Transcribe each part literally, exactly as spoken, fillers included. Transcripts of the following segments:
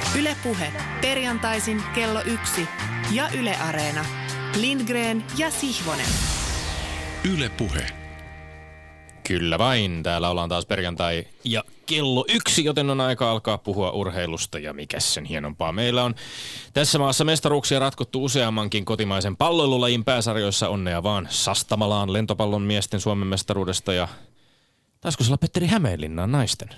Yle Puhe. Perjantaisin kello yksi ja Yle Areena. Lindgren ja Sihvonen. Yle Puhe. Kyllä vain. Täällä ollaan taas perjantai ja kello yksi, joten on aika alkaa puhua urheilusta ja mikäs sen hienompaa. Meillä on tässä maassa mestaruuksia ratkottu useammankin kotimaisen palloilulajin pääsarjoissa. Onnea vaan Sastamalaan lentopallon miesten Suomen mestaruudesta ja taisiko se olla Petteri Hämeenlinnaan naisten?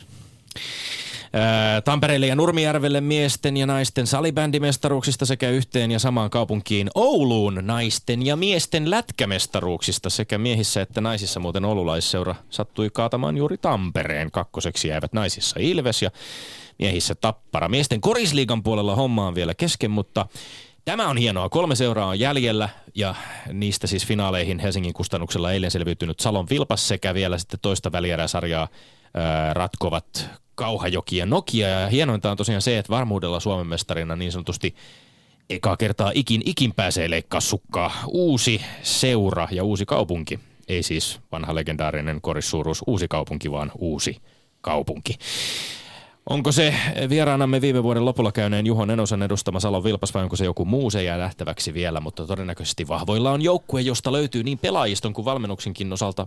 Ää, Tampereelle ja Nurmijärvelle miesten ja naisten salibändimestaruuksista sekä yhteen ja samaan kaupunkiin Ouluun naisten ja miesten lätkämestaruuksista sekä miehissä että naisissa. Muuten oululaisseura sattui kaatamaan juuri Tampereen. Kakkoseksi jäivät naisissa Ilves ja miehissä Tappara. Miesten korisliigan puolella homma on vielä kesken, mutta tämä on hienoa. Kolme seuraa on jäljellä ja niistä siis finaaleihin Helsingin kustannuksella eilen selviytynyt Salon Vilpas sekä vielä sitten toista välieräsarjaa ää, ratkovat Kauhajoki ja Nokia. Ja hienointa on tosiaan se, että varmuudella Suomen mestarina niin sanotusti ekaa kertaa ikin ikin pääsee leikkaa sukkaa uusi seura ja uusi kaupunki. Ei siis vanha legendaarinen korissuuruus uusi kaupunki, vaan uusi kaupunki. Onko se vieraanamme viime vuoden lopulla käyneen Juho Nenosen edustama Salon Vilpas vai onko se joku muu, se jää nähtäväksi vielä, mutta todennäköisesti vahvoilla on joukkue, josta löytyy niin pelaajiston kuin valmennuksenkin osalta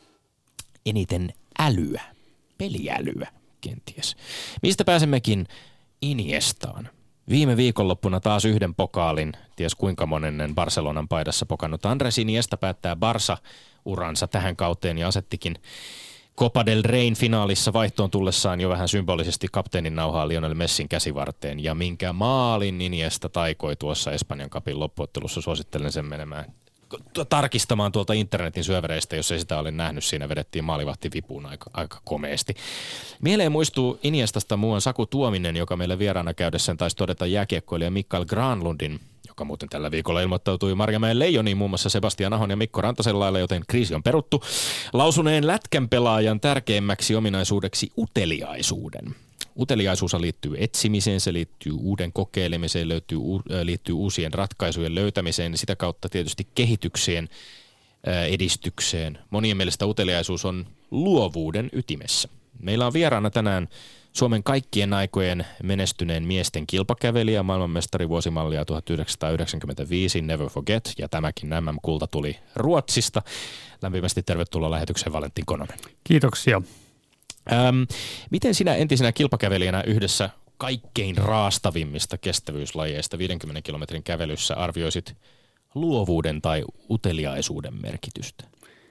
eniten älyä, peliälyä kenties. Mistä pääsemmekin Iniestaan? Viime viikonloppuna taas yhden pokaalin, ties kuinka monennen Barcelonan paidassa pokannut Andres Iniesta päättää Barça-uransa tähän kauteen ja asettikin Copa del Reyn finaalissa vaihtoon tullessaan jo vähän symbolisesti kapteenin nauhaa Lionel Messin käsivarteen. Ja minkä maalin Iniesta taikoi tuossa Espanjan cupin loppuottelussa, suosittelen sen menemään tarkistamaan tuolta internetin syövereistä, jos ei sitä ole nähnyt. Siinä vedettiin maalivahti vipuun aika, aika komeasti. Mieleen muistuu Iniestasta muuan Saku Tuominen, joka meille vieraana käydessään taisi todeta jääkiekkoilija Mikael Granlundin, joka muuten tällä viikolla ilmoittautui Marjamäen Leijoniin muun muassa Sebastian Ahon ja Mikko Rantasen lailla, joten kriisi on peruttu. Lausuneen lätkän pelaajan tärkeimmäksi ominaisuudeksi uteliaisuuden. Uteliaisuus liittyy etsimiseen, se liittyy uuden kokeilemiseen, löytyy, liittyy uusien ratkaisujen löytämiseen ja sitä kautta tietysti kehitykseen, edistykseen. Monien mielestä uteliaisuus on luovuuden ytimessä. Meillä on vieraana tänään Suomen kaikkien aikojen menestyneen miesten kilpakävelijä, maailmanmestari vuosimallia tuhatyhdeksänsataayhdeksänkymmentäviisi, Never Forget, ja tämäkin M M-kulta tuli Ruotsista. Lämpimästi tervetuloa lähetykseen Valentin Kononen. Kiitoksia. Ähm, miten sinä entisenä kilpakävelijänä yhdessä kaikkein raastavimmista kestävyyslajeista viidenkymmenen kilometrin kävelyssä arvioisit luovuuden tai uteliaisuuden merkitystä?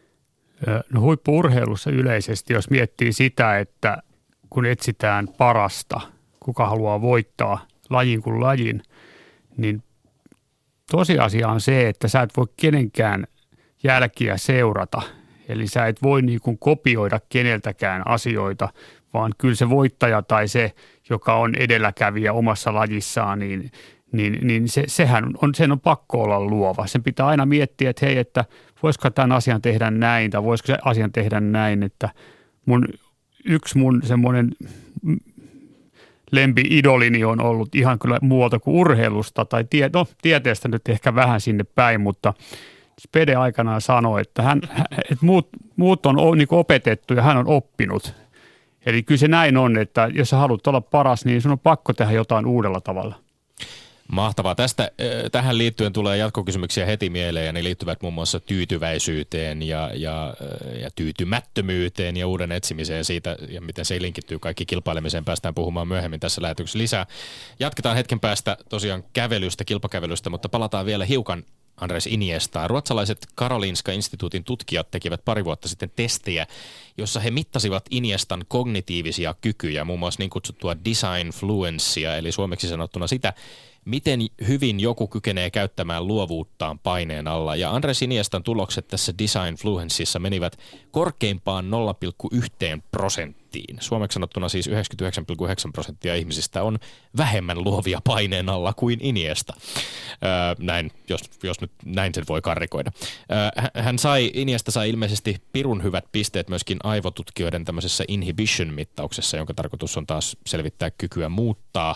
No huippu-urheilussa yleisesti, jos miettii sitä, että kun etsitään parasta, kuka haluaa voittaa lajin kuin lajin, niin tosiasia on se, että sä et voi kenenkään jälkiä seurata. Eli sä et voi niin kuin kopioida keneltäkään asioita, vaan kyllä se voittaja tai se, joka on edelläkävijä omassa lajissaan, niin, niin, niin se, sehän on, sen on pakko olla luova. Sen pitää aina miettiä, että hei, että voisiko tämän asian tehdä näin tai voisiko se asian tehdä näin, että mun, yksi mun semmoinen lempi-idolini on ollut ihan kyllä muualta kuin urheilusta tai tie, no, tieteestä nyt ehkä vähän sinne päin, mutta Spede aikanaan sanoi, että, hän, että muut, muut on niin kuin opetettu ja hän on oppinut. Eli kyllä se näin on, että jos sä haluat olla paras, niin sun on pakko tehdä jotain uudella tavalla. Mahtavaa. Tästä, tähän liittyen tulee jatkokysymyksiä heti mieleen ja ne liittyvät muun muassa tyytyväisyyteen ja, ja, ja tyytymättömyyteen ja uuden etsimiseen siitä ja miten se linkittyy kaikki kilpailemiseen. Päästään puhumaan myöhemmin tässä lähetyksessä lisää. Jatketaan hetken päästä tosiaan kävelystä, kilpakävelystä, mutta palataan vielä hiukan Andres Iniestaan. Ruotsalaiset Karolinska-instituutin tutkijat tekivät pari vuotta sitten testejä, jossa he mittasivat Iniestan kognitiivisia kykyjä, muun muassa niin kutsuttua design fluencea, eli suomeksi sanottuna sitä, miten hyvin joku kykenee käyttämään luovuuttaan paineen alla. Ja Andres Iniestan tulokset tässä design fluenceissa menivät korkeimpaan nolla pilkku yksi prosenttiin. Suomeksi sanottuna siis yhdeksänkymmentäyhdeksän pilkku yhdeksän prosenttia ihmisistä on vähemmän luovia paineen alla kuin Iniesta. Öö, näin, jos, jos nyt näin sen voi karrikoida. Öö, hän sai, Iniesta sai ilmeisesti pirun hyvät pisteet myöskin aivotutkijoiden tämmöisessä inhibition-mittauksessa, jonka tarkoitus on taas selvittää kykyä muuttaa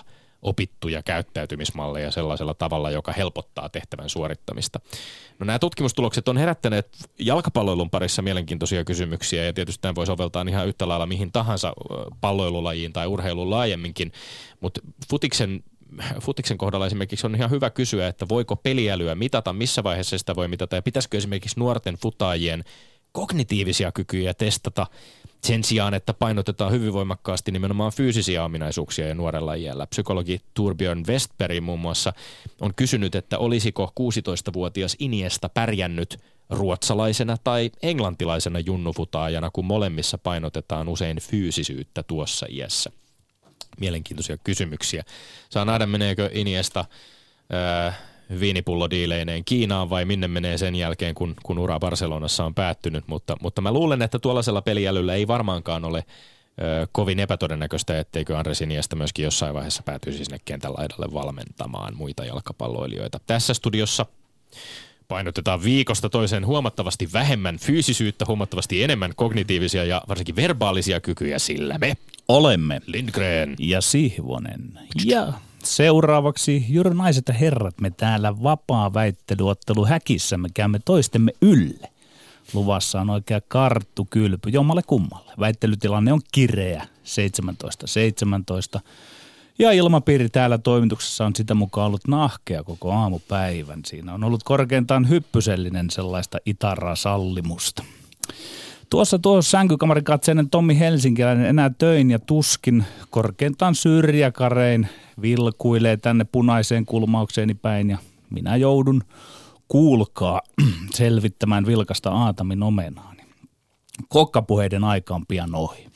opittuja käyttäytymismalleja sellaisella tavalla, joka helpottaa tehtävän suorittamista. No nämä tutkimustulokset on herättäneet jalkapalloilun parissa mielenkiintoisia kysymyksiä ja tietysti tämä voi soveltaa ihan yhtä lailla mihin tahansa palloilulajiin tai urheiluun laajemminkin, mutta futiksen Futiksen kohdalla esimerkiksi on ihan hyvä kysyä, että voiko peliälyä mitata, missä vaiheessa sitä voi mitata ja pitäisikö esimerkiksi nuorten futaajien kognitiivisia kykyjä testata sen sijaan, että painotetaan hyvin voimakkaasti nimenomaan fyysisiä ominaisuuksia ja nuorella iällä. Psykologi Torbjörn Westberg muun muassa on kysynyt, että olisiko kuusitoistavuotias Iniesta pärjännyt ruotsalaisena tai englantilaisena junnufutaajana, kun molemmissa painotetaan usein fyysisyyttä tuossa iässä. Mielenkiintoisia kysymyksiä. Saa nähdä, meneekö Iniesta ää, viinipullodiileineen Kiinaan vai minne menee sen jälkeen, kun, kun ura Barcelonassa on päättynyt. Mutta, mutta mä luulen, että tuollaisella peliälyllä ei varmaankaan ole ää, kovin epätodennäköistä, etteikö Andres Iniesta myöskin jossain vaiheessa päätyisi sinne kentän laidalle valmentamaan muita jalkapalloilijoita. Tässä studiossa painotetaan viikosta toiseen huomattavasti vähemmän fyysisyyttä, huomattavasti enemmän kognitiivisia ja varsinkin verbaalisia kykyjä, sillä me olemme Lindgren ja Sihvonen. Ja seuraavaksi, juuri naiset ja herrat, me täällä vapaa-väittelyottelu häkissä me käymme toistemme ylle. Luvassa on oikea karttukylpy jommalle kummalle. Väittelytilanne on kireä, seitsemäntoista seitsemäntoista. Ja ilmapiiri täällä toimituksessa on sitä mukaan ollut nahkea koko aamupäivän. Siinä on ollut korkeintaan hyppysellinen sellaista itaraa sallimusta. Tuossa tuossa sänkykamarikatseinen Tommi Helsinkiläinen enää töin ja tuskin korkeintaan syrjäkarein vilkuilee tänne punaiseen kulmaukseeni päin. Ja minä joudun, kuulkaa, selvittämään vilkasta aatamin omenaani. Kokkapuheiden aika on pian ohi.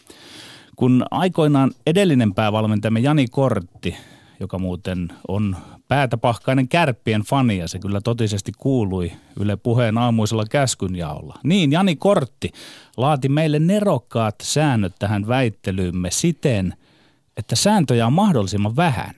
Kun aikoinaan edellinen päävalmentajamme Jani Kortti, joka muuten on päätäpahkainen Kärppien fani ja se kyllä totisesti kuului Yle Puheen aamuisella käskynjaolla. Niin, Jani Kortti laati meille nerokkaat säännöt tähän väittelyymme siten, että sääntöjä on mahdollisimman vähän.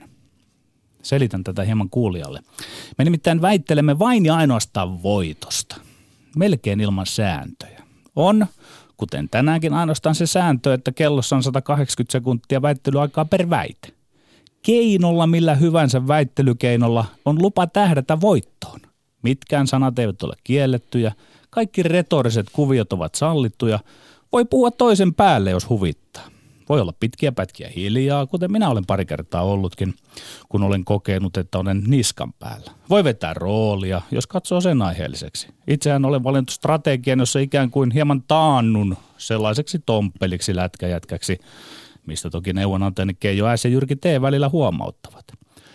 Selitän tätä hieman kuulijalle. Me nimittäin väittelemme vain ja ainoastaan voitosta, melkein ilman sääntöjä. On, kuten tänäänkin, ainoastaan se sääntö, että kellossa on sata kahdeksankymmentä sekuntia väittelyaikaa per väite. Keinolla millä hyvänsä väittelykeinolla on lupa tähdätä voittoon. Mitkään sanat eivät ole kiellettyjä, kaikki retoriset kuviot ovat sallittuja, voi puhua toisen päälle, jos huvittaa. Voi olla pitkiä pätkiä hiljaa, kuten minä olen pari kertaa ollutkin, kun olen kokenut, että olen niskan päällä. Voi vetää roolia, jos katsoo sen aiheelliseksi. Itsehän olen valinnut strategian, jossa ikään kuin hieman taannun sellaiseksi tomppeliksi lätkäjätkäksi, mistä toki neuvonantajani Keijo S. ja Jyrki T. välillä huomauttavat.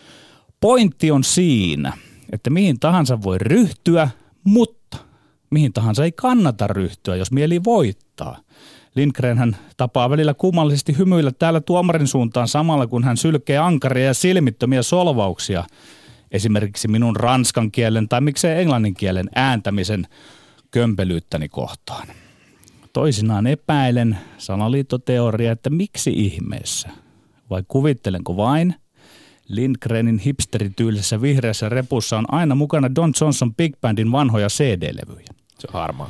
Pointti on siinä, että mihin tahansa voi ryhtyä, mutta mihin tahansa ei kannata ryhtyä, jos mieli voittaa. Lindgren hän tapaa välillä kummallisesti hymyillä täällä tuomarin suuntaan samalla, kun hän sylkee ankaria ja silmittömiä solvauksia. Esimerkiksi minun ranskan kielen tai miksei englannin kielen ääntämisen kömpelyyttäni kohtaan. Toisinaan epäilen salaliittoteoria, että miksi ihmeessä, vai kuvittelenko vain, Lindgrenin hipsterityylisessä vihreässä repussa on aina mukana Don Johnson Big Bandin vanhoja C D-levyjä. Se on harmaa.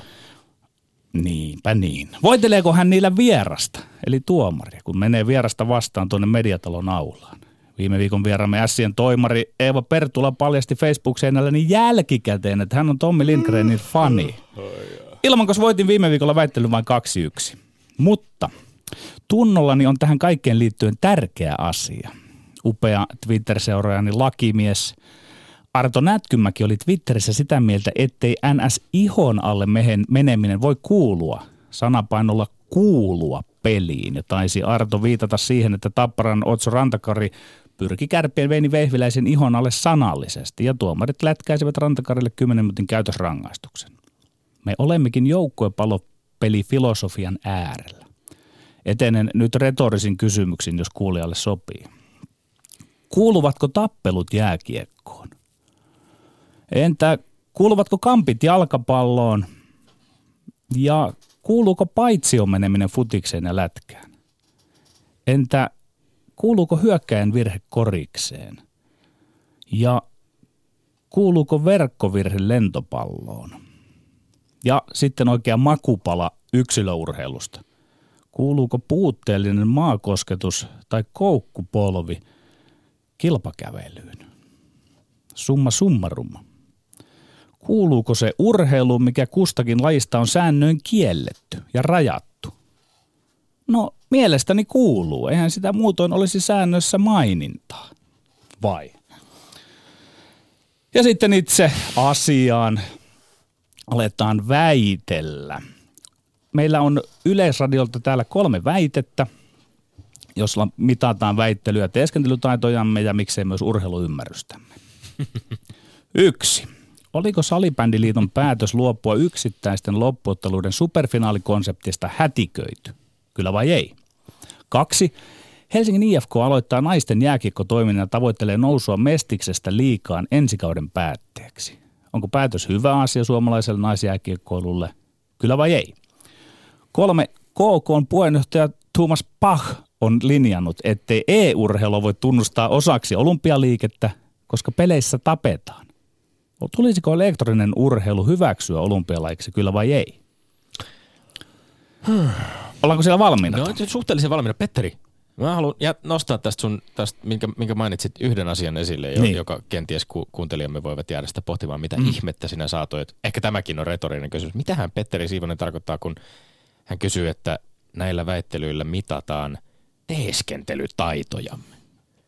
Niinpä niin. Voiteleeko hän niillä vierasta, eli tuomaria, kun menee vierasta vastaan tuonne Mediatalon aulaan? Viime viikon vieraamme Ässien toimari Eeva Pertula paljasti Facebook-seinälläni jälkikäteen, että hän on Tommi Lindgrenin fani. Ilmankos voitin viime viikolla väittelyn vain kaksi yksi. Mutta tunnollani on tähän kaikkeen liittyen tärkeä asia. Upea Twitter-seuraajani lakimies Arto Nätkymäki oli Twitterissä sitä mieltä, ettei N S-ihon alle meneminen voi kuulua, sanapainolla kuulua peliin. Ja taisi Arto viitata siihen, että Tapparan Otso Rantakari pyrki Kärppien Veini Vehviläisen ihon alle sanallisesti ja tuomarit lätkäisivät Rantakarille kymmenen minuutin käytösrangaistuksen. Me olemmekin joukkuepalopelifilosofian äärellä. Etenen nyt retorisin kysymyksin, jos kuulijalle sopii. Kuuluvatko tappelut jääkiekkoon? Entä kuuluvatko kampit jalkapalloon? Ja kuuluuko paitsioon meneminen futikseen ja lätkään? Entä kuuluuko hyökkäjän virhe korikseen? Ja kuuluuko verkkovirhe lentopalloon? Ja sitten oikea makupala yksilöurheilusta. Kuuluuko puutteellinen maakosketus tai koukkupolvi kilpakävelyyn. Summa summarum. Kuuluuko se urheiluun, mikä kustakin lajista on säännöin kielletty ja rajattu? No, mielestäni kuuluu. Eihän sitä muutoin olisi säännöissä mainintaa. Vai? Ja sitten itse asiaan aletaan väitellä. Meillä on Yleisradiolta täällä kolme väitettä, jossa mitataan väittelyä ja teeskentelytaitojamme ja miksei myös urheiluymmärrystämme. Yksi. Oliko Salibändiliiton päätös luopua yksittäisten loppuotteluiden superfinaalikonseptista hätiköity? Kyllä vai ei? Kaksi. Helsingin I F K aloittaa naisten jääkiekkotoiminnan ja tavoittelee nousua Mestiksestä liigaan ensikauden päätteeksi. Onko päätös hyvä asia suomalaiselle naisjääkiekkoilulle? Kyllä vai ei? Kolme. K K:n puheenjohtaja Thomas Bach on linjannut, ettei e-urheilua voi tunnustaa osaksi olympialiikettä, koska peleissä tapetaan. Tulisiko elektroninen urheilu hyväksyä olympialaiksi, kyllä vai ei? Hmm. Ollaanko siellä valmiina? No, suhteellisen valmiina. Petteri, mä haluan nostaa tästä sun, tästä, minkä, minkä mainitsit yhden asian esille, niin. joka kenties ku, kuuntelijamme voivat jäädä sitä pohtimaan, mitä mm. ihmettä sinä saatoit. Ehkä tämäkin on retorinen kysymys. Mitähän Petteri Siivonen tarkoittaa, kun hän kysyy, että näillä väittelyillä mitataan teeskentelytaitojamme?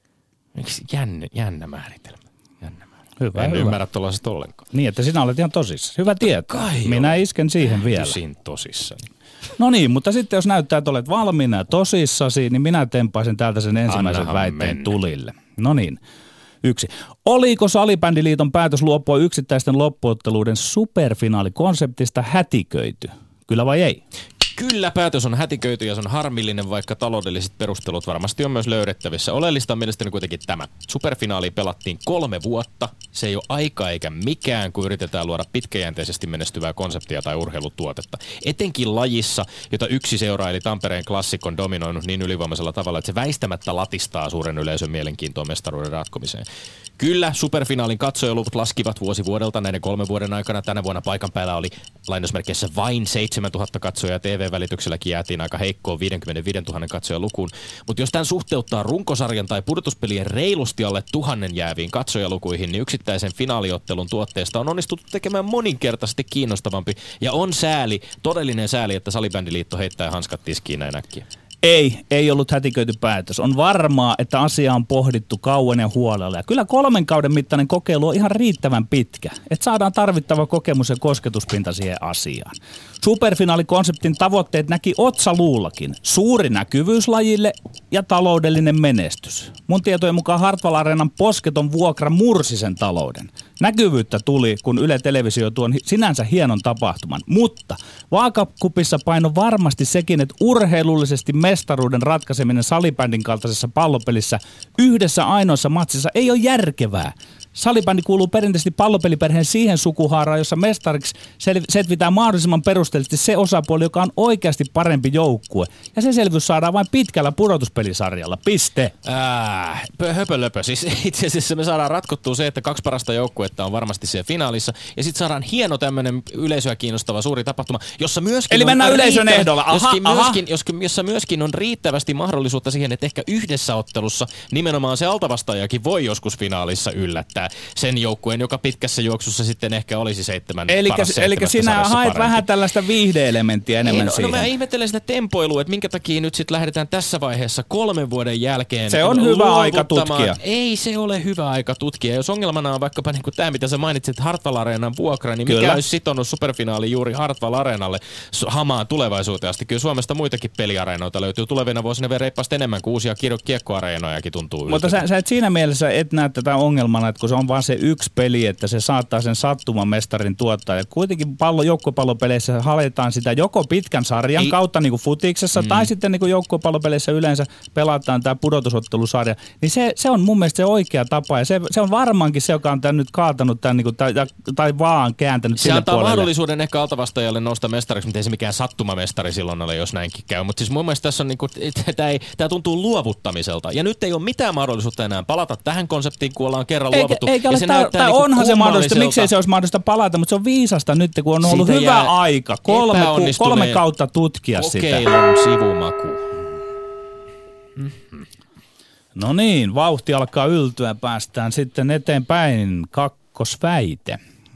Miksi jännä, jännä määritelmä? Jännä määritelmä. Hyvä, en hyvä. ymmärrä tuollaisesta ollenkaan. Niin, että sinä olet ihan tosissaan. Hyvä tietää. Minä isken siihen vielä. Tysin tosissani. No niin, mutta sitten jos näyttää, että olet valmiina ja tosissasi, niin minä tempaisen täältä sen ensimmäisen Annahan väitteen mennä. tulille. No niin. Yksi. Oliko Salibändiliiton päätös luopua yksittäisten loppuotteluiden superfinaalikonseptista hätiköity? Kyllä vai ei? Kyllä, päätös on hätiköity ja se on harmillinen, vaikka taloudelliset perustelut varmasti on myös löydettävissä. Oleellista on mielestäni kuitenkin tämä. Superfinaali pelattiin kolme vuotta. Se ei ole aika eikä mikään, kun yritetään luoda pitkäjänteisesti menestyvää konseptia tai urheilutuotetta. Etenkin lajissa, jota yksi seura eli Tampereen Klassikko on dominoinut niin ylivoimaisella tavalla, että se väistämättä latistaa suuren yleisön mielenkiintoa mestaruuden ratkomiseen. Kyllä, superfinaalin katsojaluvut laskivat vuosi vuodelta näiden kolmen vuoden aikana. Tänä vuonna paikan päällä oli lainausmerkeissä vain seitsemäntuhatta katsojaa. T V-välitykselläkin jäätiin aika heikkoon viisikymmentäviisituhatta katsojan lukuun. Mutta jos tämän suhteuttaa runkosarjan tai pudotuspelien reilusti alle tuhannen jääviin katsojalukuihin, niin yksittäisen finaaliottelun tuotteesta on onnistuttu tekemään moninkertaisesti kiinnostavampi. Ja on sääli, todellinen sääli, että Salibändiliitto heittää hanskat tiskiin näin äkkiä. Ei, ei ollut hätiköity päätös. On varmaa, että asia on pohdittu kauan ja huolella. Ja kyllä kolmen kauden mittainen kokeilu on ihan riittävän pitkä, että saadaan tarvittava kokemus ja kosketuspinta siihen asiaan. Superfinaalikonseptin tavoitteet näki otsaluullakin. Suuri näkyvyys lajille ja taloudellinen menestys. Mun tietojen mukaan Hartwall Areenan posketon vuokra mursi sen talouden. Näkyvyyttä tuli, kun Yle Televisio tuon sinänsä hienon tapahtuman, mutta vaakakupissa paino varmasti sekin, että urheilullisesti mestaruuden ratkaiseminen salibändin kaltaisessa pallopelissä yhdessä ainoassa matsissa ei ole järkevää. Salibändi kuuluu perinteisesti pallopeliperheen siihen sukuhaaraan, jossa mestariksi selvitään mahdollisimman perusteellisesti se osapuoli, joka on oikeasti parempi joukkue. Ja se selvyys saadaan vain pitkällä pudotuspelisarjalla. Piste. Äh, höpölöpö. Siis itse asiassa me saadaan ratkottua se, että kaksi parasta joukkuetta on varmasti siellä finaalissa. Ja sitten saadaan hieno tämmöinen yleisöä kiinnostava suuri tapahtuma, jossa myöskin Eli mennään yleisön ehdolla. Aha, joskin, aha. Myöskin, joskin, jossa myöskin on riittävästi mahdollisuutta siihen, että ehkä yhdessä ottelussa nimenomaan se altavastaajakin voi joskus finaalissa yllättää sen joukkueen, joka pitkässä juoksussa sitten ehkä olisi seitsemän Elikkä, paras elikkä sinä haet parempi. Vähän tällaista viihde-elementtiä enemmän no, siihen. No mä ihmettelen sitä tempoilua, että minkä takia nyt sitten lähdetään tässä vaiheessa kolmen vuoden jälkeen se on hyvä aika tutkia. Ei se ole hyvä aika tutkia. Jos ongelmana on vaikkapa niin kuin tämä, mitä sä mainitsit, Hartwall Areenan vuokra, niin Kyllä. mikä olisi sitonut superfinaali juuri Hartwall Areenalle hamaan tulevaisuuteen asti. Kyllä Suomesta muitakin peliareenoita löytyy tulevina vuosina vielä reippaasti enemmän kuin uusia kiekkoareenojakin tuntuu. Mutta sä, sä et siinä mielessä et näe tätä ongelmana, että kun se on vaan se yksi peli, että se saattaa sen sattuman mestarin tuottaa. Ja kuitenkin pallo, joukkopallopeleissä haletaan sitä joko pitkän sarjan Ei. kautta niin kuin futiksessa, mm. tai sitten niin kuin joukkopallopeleissä yleensä pelataan tämä pudotusottelusarja. Niin se, se on mun mielestä se oikea tapa, ja se, se on varmaankin se, joka on tämän nyt kaatanut tämän, niin kuin, tai, tai vaan kääntänyt se sille antaa puolelle. Mahdollisuuden ehkä altavastaajalle nousta mestariksi, mutta ei se mikään sattumamestari silloin ole, jos näinkin käy. Mutta siis mun mielestä tässä on niin kuin, tämä tuntuu luovuttamiselta. Ja nyt ei ole mitään mahdollisuutta enää palata tähän konseptiin, kun ollaan kerran eikä, luovuttu. Eikä ole, se tai, tai niin onhan se mahdollista, miksei se olisi mahdollista palata, mutta se on viisasta nyt, kun on ollut siitä hyvä aika, kolme, ku, kolme kautta tutkia kokeilun sitä. sivumaku. Mm-hmm. No niin, vauhti alkaa yltyä, päästään sitten eteenpäin. Kakkosväite.